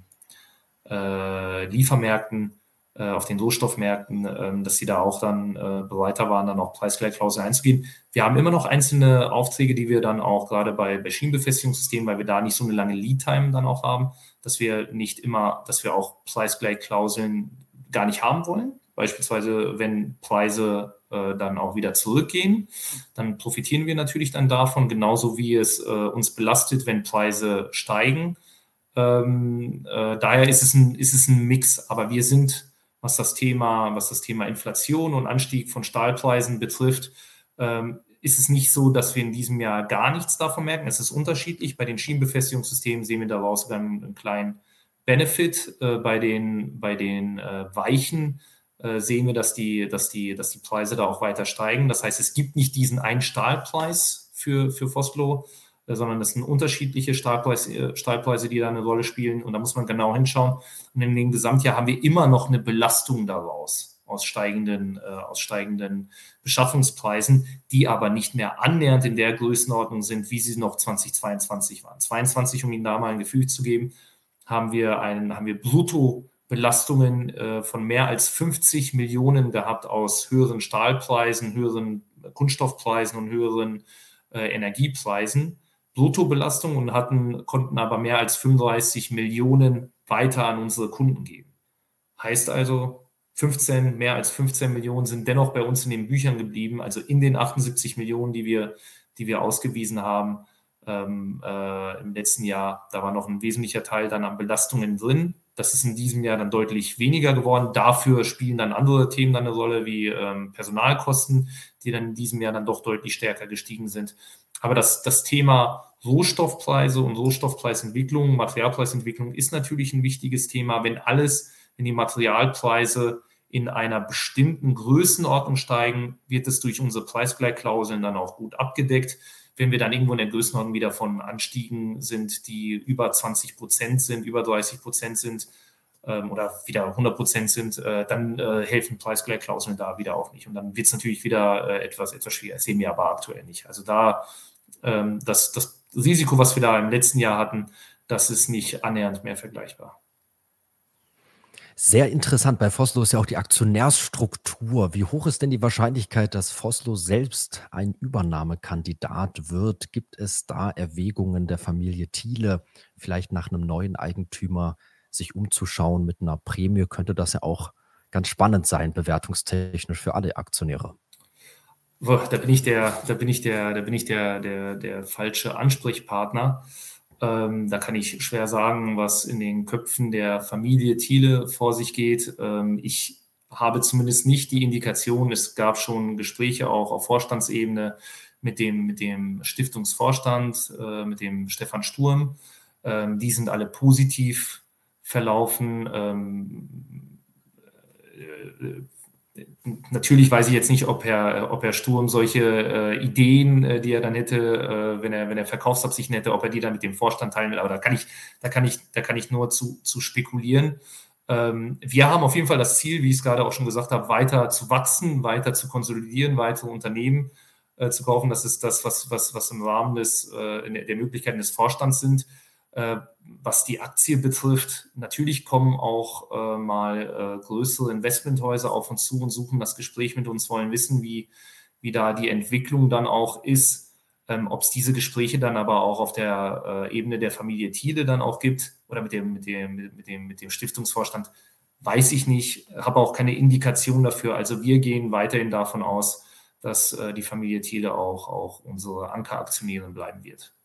Äh, Liefermärkten, äh, auf den Rohstoffmärkten, äh, dass sie da auch dann äh, bereiter waren, dann auch Preisgleitklauseln einzugehen. Wir haben immer noch einzelne Aufträge, die wir dann auch gerade bei, bei Schienenbefestigungssystemen, weil wir da nicht so eine lange Lead-Time dann auch haben, dass wir nicht immer, dass wir auch Preisgleitklauseln gar nicht haben wollen. Beispielsweise, wenn Preise äh, dann auch wieder zurückgehen, dann profitieren wir natürlich dann davon, genauso wie es äh, uns belastet, wenn Preise steigen. Ähm, äh, daher ist es, ein, ist es ein Mix, aber wir sind, was das Thema, was das Thema Inflation und Anstieg von Stahlpreisen betrifft, ähm, ist es nicht so, dass wir in diesem Jahr gar nichts davon merken. Es ist unterschiedlich. Bei den Schienenbefestigungssystemen sehen wir daraus sogar einen, einen kleinen Benefit. Äh, bei den, bei den äh, Weichen äh, sehen wir, dass die, dass, die, dass die Preise da auch weiter steigen. Das heißt, es gibt nicht diesen einen Stahlpreis für, für Vossloh, sondern das sind unterschiedliche Stahlpreise, Stahlpreise, die da eine Rolle spielen. Und da muss man genau hinschauen. Und in dem Gesamtjahr haben wir immer noch eine Belastung daraus, aus steigenden, äh, aus steigenden Beschaffungspreisen, die aber nicht mehr annähernd in der Größenordnung sind, wie sie noch zwanzig zweiundzwanzig waren. zweiundzwanzig, um Ihnen da mal ein Gefühl zu geben, haben wir, einen, haben wir Bruttobelastungen äh, von mehr als fünfzig Millionen gehabt aus höheren Stahlpreisen, höheren Kunststoffpreisen und höheren äh, Energiepreisen. Bruttobelastung und hatten, konnten aber mehr als fünfunddreißig Millionen weiter an unsere Kunden geben. Heißt also, fünfzehn, mehr als fünfzehn Millionen sind dennoch bei uns in den Büchern geblieben, also in den achtundsiebzig Millionen, die wir, die wir ausgewiesen haben, ähm, äh, im letzten Jahr. Da war noch ein wesentlicher Teil dann an Belastungen drin. Das ist in diesem Jahr dann deutlich weniger geworden. Dafür spielen dann andere Themen dann eine Rolle, wie ähm, Personalkosten, die dann in diesem Jahr dann doch deutlich stärker gestiegen sind. Aber das, das Thema Rohstoffpreise und Rohstoffpreisentwicklung, Materialpreisentwicklung ist natürlich ein wichtiges Thema. Wenn alles, wenn die Materialpreise in einer bestimmten Größenordnung steigen, wird es durch unsere Preisgleitklauseln dann auch gut abgedeckt. Wenn wir dann irgendwo in der Größenordnung wieder von Anstiegen sind, die über zwanzig Prozent sind, über dreißig Prozent sind ähm, oder wieder hundert Prozent sind, äh, dann äh, helfen Preisgleitklauseln da wieder auch nicht. Und dann wird es natürlich wieder äh, etwas, etwas schwieriger. Das sehen wir aber aktuell nicht. Also da ähm, das, das Risiko, was wir da im letzten Jahr hatten, das ist nicht annähernd mehr vergleichbar. Sehr interessant. Bei Vossloh ist ja auch die Aktionärsstruktur. Wie hoch ist denn die Wahrscheinlichkeit, dass Vossloh selbst ein Übernahmekandidat wird? Gibt es da Erwägungen der Familie Thiele, vielleicht nach einem neuen Eigentümer sich umzuschauen mit einer Prämie? Könnte das ja auch ganz spannend sein, bewertungstechnisch für alle Aktionäre. Boah, da bin ich der, da bin ich der, da bin ich der, der, der falsche Ansprechpartner. Ähm, da kann ich schwer sagen, was in den Köpfen der Familie Thiele vor sich geht. Ähm, ich habe zumindest nicht die Indikation, es gab schon Gespräche auch auf Vorstandsebene mit dem, mit dem Stiftungsvorstand, äh, mit dem Stefan Sturm. Ähm, die sind alle positiv verlaufen. Ähm, äh, Natürlich weiß ich jetzt nicht, ob Herr, ob Herr Sturm solche äh, Ideen, äh, die er dann hätte, äh, wenn er, wenn er Verkaufsabsichten hätte, ob er die dann mit dem Vorstand teilen will. Aber da kann ich, da kann ich, da kann ich nur zu, zu spekulieren. Ähm, wir haben auf jeden Fall das Ziel, wie ich es gerade auch schon gesagt habe, weiter zu wachsen, weiter zu konsolidieren, weitere Unternehmen äh, zu kaufen. Das ist das, was, was, was im Rahmen des, äh, der Möglichkeiten des Vorstands sind. Äh, was die Aktie betrifft, natürlich kommen auch äh, mal äh, größere Investmenthäuser auf uns zu und suchen das Gespräch mit uns, wollen wissen, wie, wie da die Entwicklung dann auch ist, ähm, ob es diese Gespräche dann aber auch auf der äh, Ebene der Familie Thiele dann auch gibt oder mit dem, mit dem, mit dem, mit dem Stiftungsvorstand, weiß ich nicht, habe auch keine Indikation dafür. Also wir gehen weiterhin davon aus, dass äh, die Familie Thiele auch, auch unsere Ankeraktionärin bleiben wird.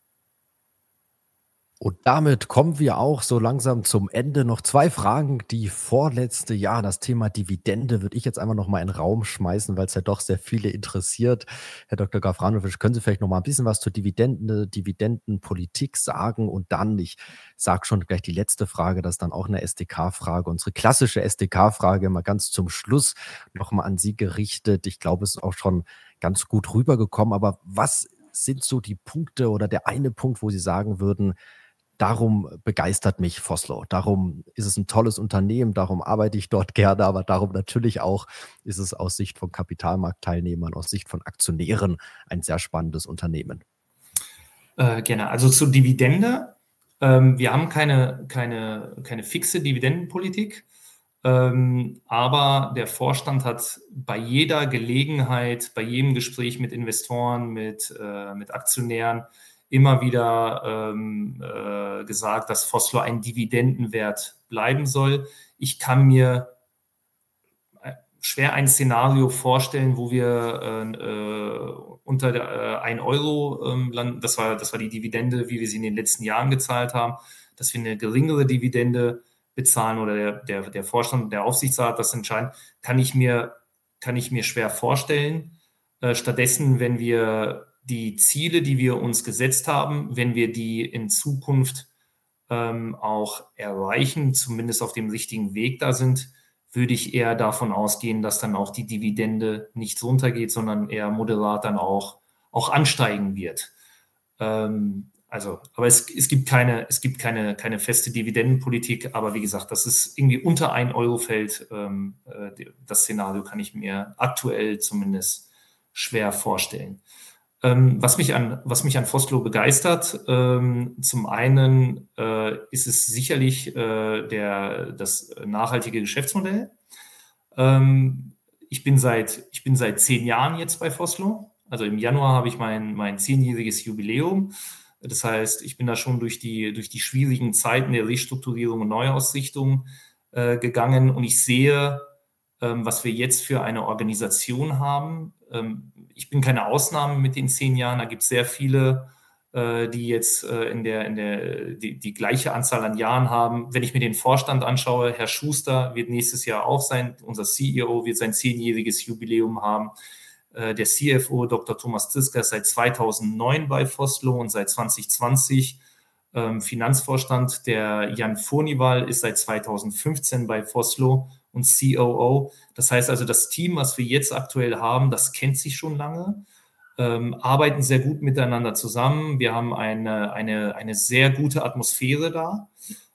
Und damit kommen wir auch so langsam zum Ende. Noch zwei Fragen. Die vorletzte, ja, das Thema Dividende würde ich jetzt einfach noch mal in den Raum schmeißen, weil es ja doch sehr viele interessiert. Herr Doktor Gafranovic, können Sie vielleicht noch mal ein bisschen was zur Dividende, Dividendenpolitik sagen? Und dann, ich sage schon gleich die letzte Frage, das ist dann auch eine S D K-Frage, unsere klassische S D K-Frage, mal ganz zum Schluss noch mal an Sie gerichtet. Ich glaube, es ist auch schon ganz gut rübergekommen. Aber was sind so die Punkte oder der eine Punkt, wo Sie sagen würden, darum begeistert mich Vossloh. Darum ist es ein tolles Unternehmen, darum arbeite ich dort gerne, aber darum natürlich auch ist es aus Sicht von Kapitalmarktteilnehmern, aus Sicht von Aktionären ein sehr spannendes Unternehmen. Äh, gerne. Also zur Dividende. Ähm, wir haben keine, keine, keine fixe Dividendenpolitik, ähm, aber der Vorstand hat bei jeder Gelegenheit, bei jedem Gespräch mit Investoren, mit, äh, mit Aktionären immer wieder ähm, äh, gesagt, dass Vossloh ein Dividendenwert bleiben soll. Ich kann mir schwer ein Szenario vorstellen, wo wir äh, unter der, äh, ein Euro ähm, landen. Das war, das war die Dividende, wie wir sie in den letzten Jahren gezahlt haben, dass wir eine geringere Dividende bezahlen oder der, der, der Vorstand, der Aufsichtsrat das entscheiden, kann ich mir, kann ich mir schwer vorstellen. Äh, stattdessen, wenn wir die Ziele, die wir uns gesetzt haben, wenn wir die in Zukunft ähm, auch erreichen, zumindest auf dem richtigen Weg da sind, würde ich eher davon ausgehen, dass dann auch die Dividende nicht runtergeht, sondern eher moderat dann auch, auch ansteigen wird. Ähm, also, aber es, es gibt keine, es gibt keine, keine feste Dividendenpolitik, aber wie gesagt, das ist irgendwie unter ein Euro fällt. Ähm, äh, das Szenario kann ich mir aktuell zumindest schwer vorstellen. Ähm, was mich an, was mich an Vossloh begeistert, ähm, zum einen äh, ist es sicherlich äh, der, das nachhaltige Geschäftsmodell. Ähm, ich bin seit, ich bin seit zehn Jahren jetzt bei Vossloh. Also im Januar habe ich mein, mein zehnjähriges Jubiläum. Das heißt, ich bin da schon durch die, durch die schwierigen Zeiten der Restrukturierung und Neuausrichtung äh, gegangen und ich sehe, ähm, was wir jetzt für eine Organisation haben. Ähm, ich bin keine Ausnahme mit den zehn Jahren. Da gibt es sehr viele äh, die jetzt äh, in der, in der, die, die gleiche Anzahl an Jahren haben. Wenn ich mir den Vorstand anschaue, Herr Schuster wird nächstes Jahr auch sein, unser C E O wird sein zehnjähriges Jubiläum haben. Äh, der C F O, Doktor Thomas Zisker, ist seit zweitausendneun bei Vossloh und seit zwanzig zwanzig ähm, Finanzvorstand. Der Jan Furnival ist seit zweitausendfünfzehn bei Vossloh und C O O. Das heißt also, das Team, was wir jetzt aktuell haben, das kennt sich schon lange, ähm, arbeiten sehr gut miteinander zusammen. Wir haben eine, eine, eine sehr gute Atmosphäre da.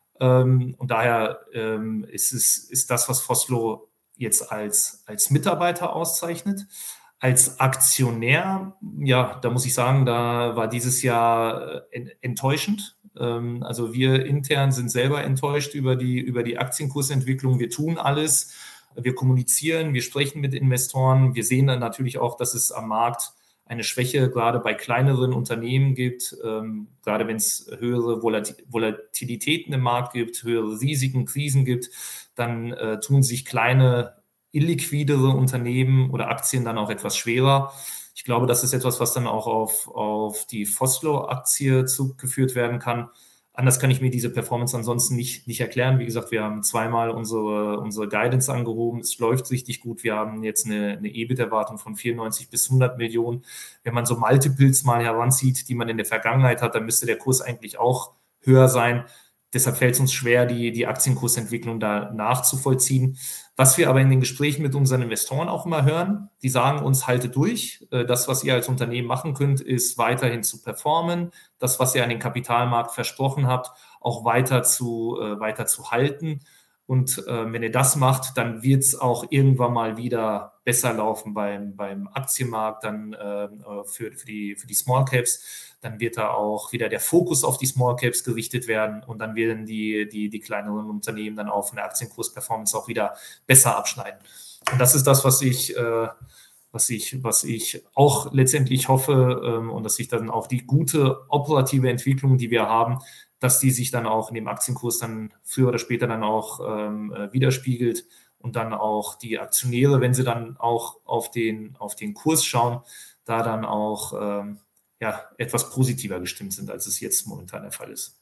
Ähm, und daher ähm, ist es ist das, was Vossloh jetzt als, als Mitarbeiter auszeichnet. Als Aktionär, ja, da muss ich sagen, da war dieses Jahr enttäuschend. Also wir intern sind selber enttäuscht über die, über die Aktienkursentwicklung. Wir tun alles, wir kommunizieren, wir sprechen mit Investoren. Wir sehen dann natürlich auch, dass es am Markt eine Schwäche gerade bei kleineren Unternehmen gibt, gerade wenn es höhere Volatilitäten im Markt gibt, höhere Risiken, Krisen gibt, dann tun sich kleine illiquidere Unternehmen oder Aktien dann auch etwas schwerer. Ich glaube, das ist etwas, was dann auch auf, auf die Vossloh-Aktie zurückgeführt werden kann. Anders kann ich mir diese Performance ansonsten nicht, nicht erklären. Wie gesagt, wir haben zweimal unsere, unsere Guidance angehoben. Es läuft richtig gut. Wir haben jetzt eine, eine E B I T-Erwartung von vierundneunzig bis hundert Millionen. Wenn man so Multiples mal heranzieht, die man in der Vergangenheit hat, dann müsste der Kurs eigentlich auch höher sein. Deshalb fällt es uns schwer, die, die Aktienkursentwicklung da nachzuvollziehen. Was wir aber in den Gesprächen mit unseren Investoren auch immer hören, die sagen uns, haltet durch. Das, was ihr als Unternehmen machen könnt, ist weiterhin zu performen. Das, was ihr an den Kapitalmarkt versprochen habt, auch weiter zu, äh, weiter zu halten. Und äh, wenn ihr das macht, dann wird es auch irgendwann mal wieder besser laufen beim, beim Aktienmarkt, dann äh, für, für, die, für die Small Caps. Dann wird da auch wieder der Fokus auf die Small Caps gerichtet werden und dann werden die, die, die kleineren Unternehmen dann auch von der Aktienkursperformance auch wieder besser abschneiden. Und das ist das, was ich, äh, was ich, was ich auch letztendlich hoffe ähm, und dass sich dann auch die gute operative Entwicklung, die wir haben, dass die sich dann auch in dem Aktienkurs dann früher oder später dann auch ähm, widerspiegelt und dann auch die Aktionäre, wenn sie dann auch auf den, auf den Kurs schauen, da dann auch ähm, ja, etwas positiver gestimmt sind, als es jetzt momentan der Fall ist.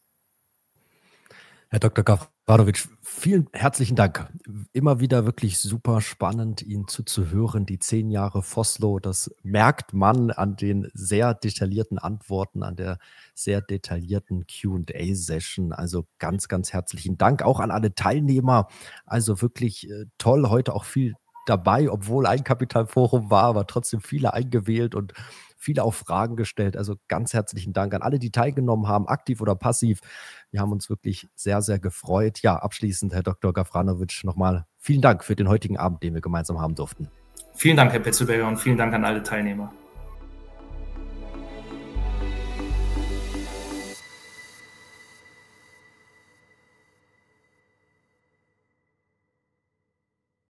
Herr Doktor Gavradovic, vielen herzlichen Dank. Immer wieder wirklich super spannend, Ihnen zuzuhören. Die zehn Jahre Vossloh, das merkt man an den sehr detaillierten Antworten, an der sehr detaillierten Q und A-Session. Also ganz, ganz herzlichen Dank auch an alle Teilnehmer. Also wirklich äh, toll, heute auch viel dabei, obwohl ein Kapitalforum war, aber trotzdem viele eingewählt und viele auch Fragen gestellt. Also ganz herzlichen Dank an alle, die teilgenommen haben, aktiv oder passiv. Wir haben uns wirklich sehr, sehr gefreut. Ja, abschließend, Herr Doktor Gavradovic, nochmal vielen Dank für den heutigen Abend, den wir gemeinsam haben durften. Vielen Dank, Herr Petzelberger, und vielen Dank an alle Teilnehmer.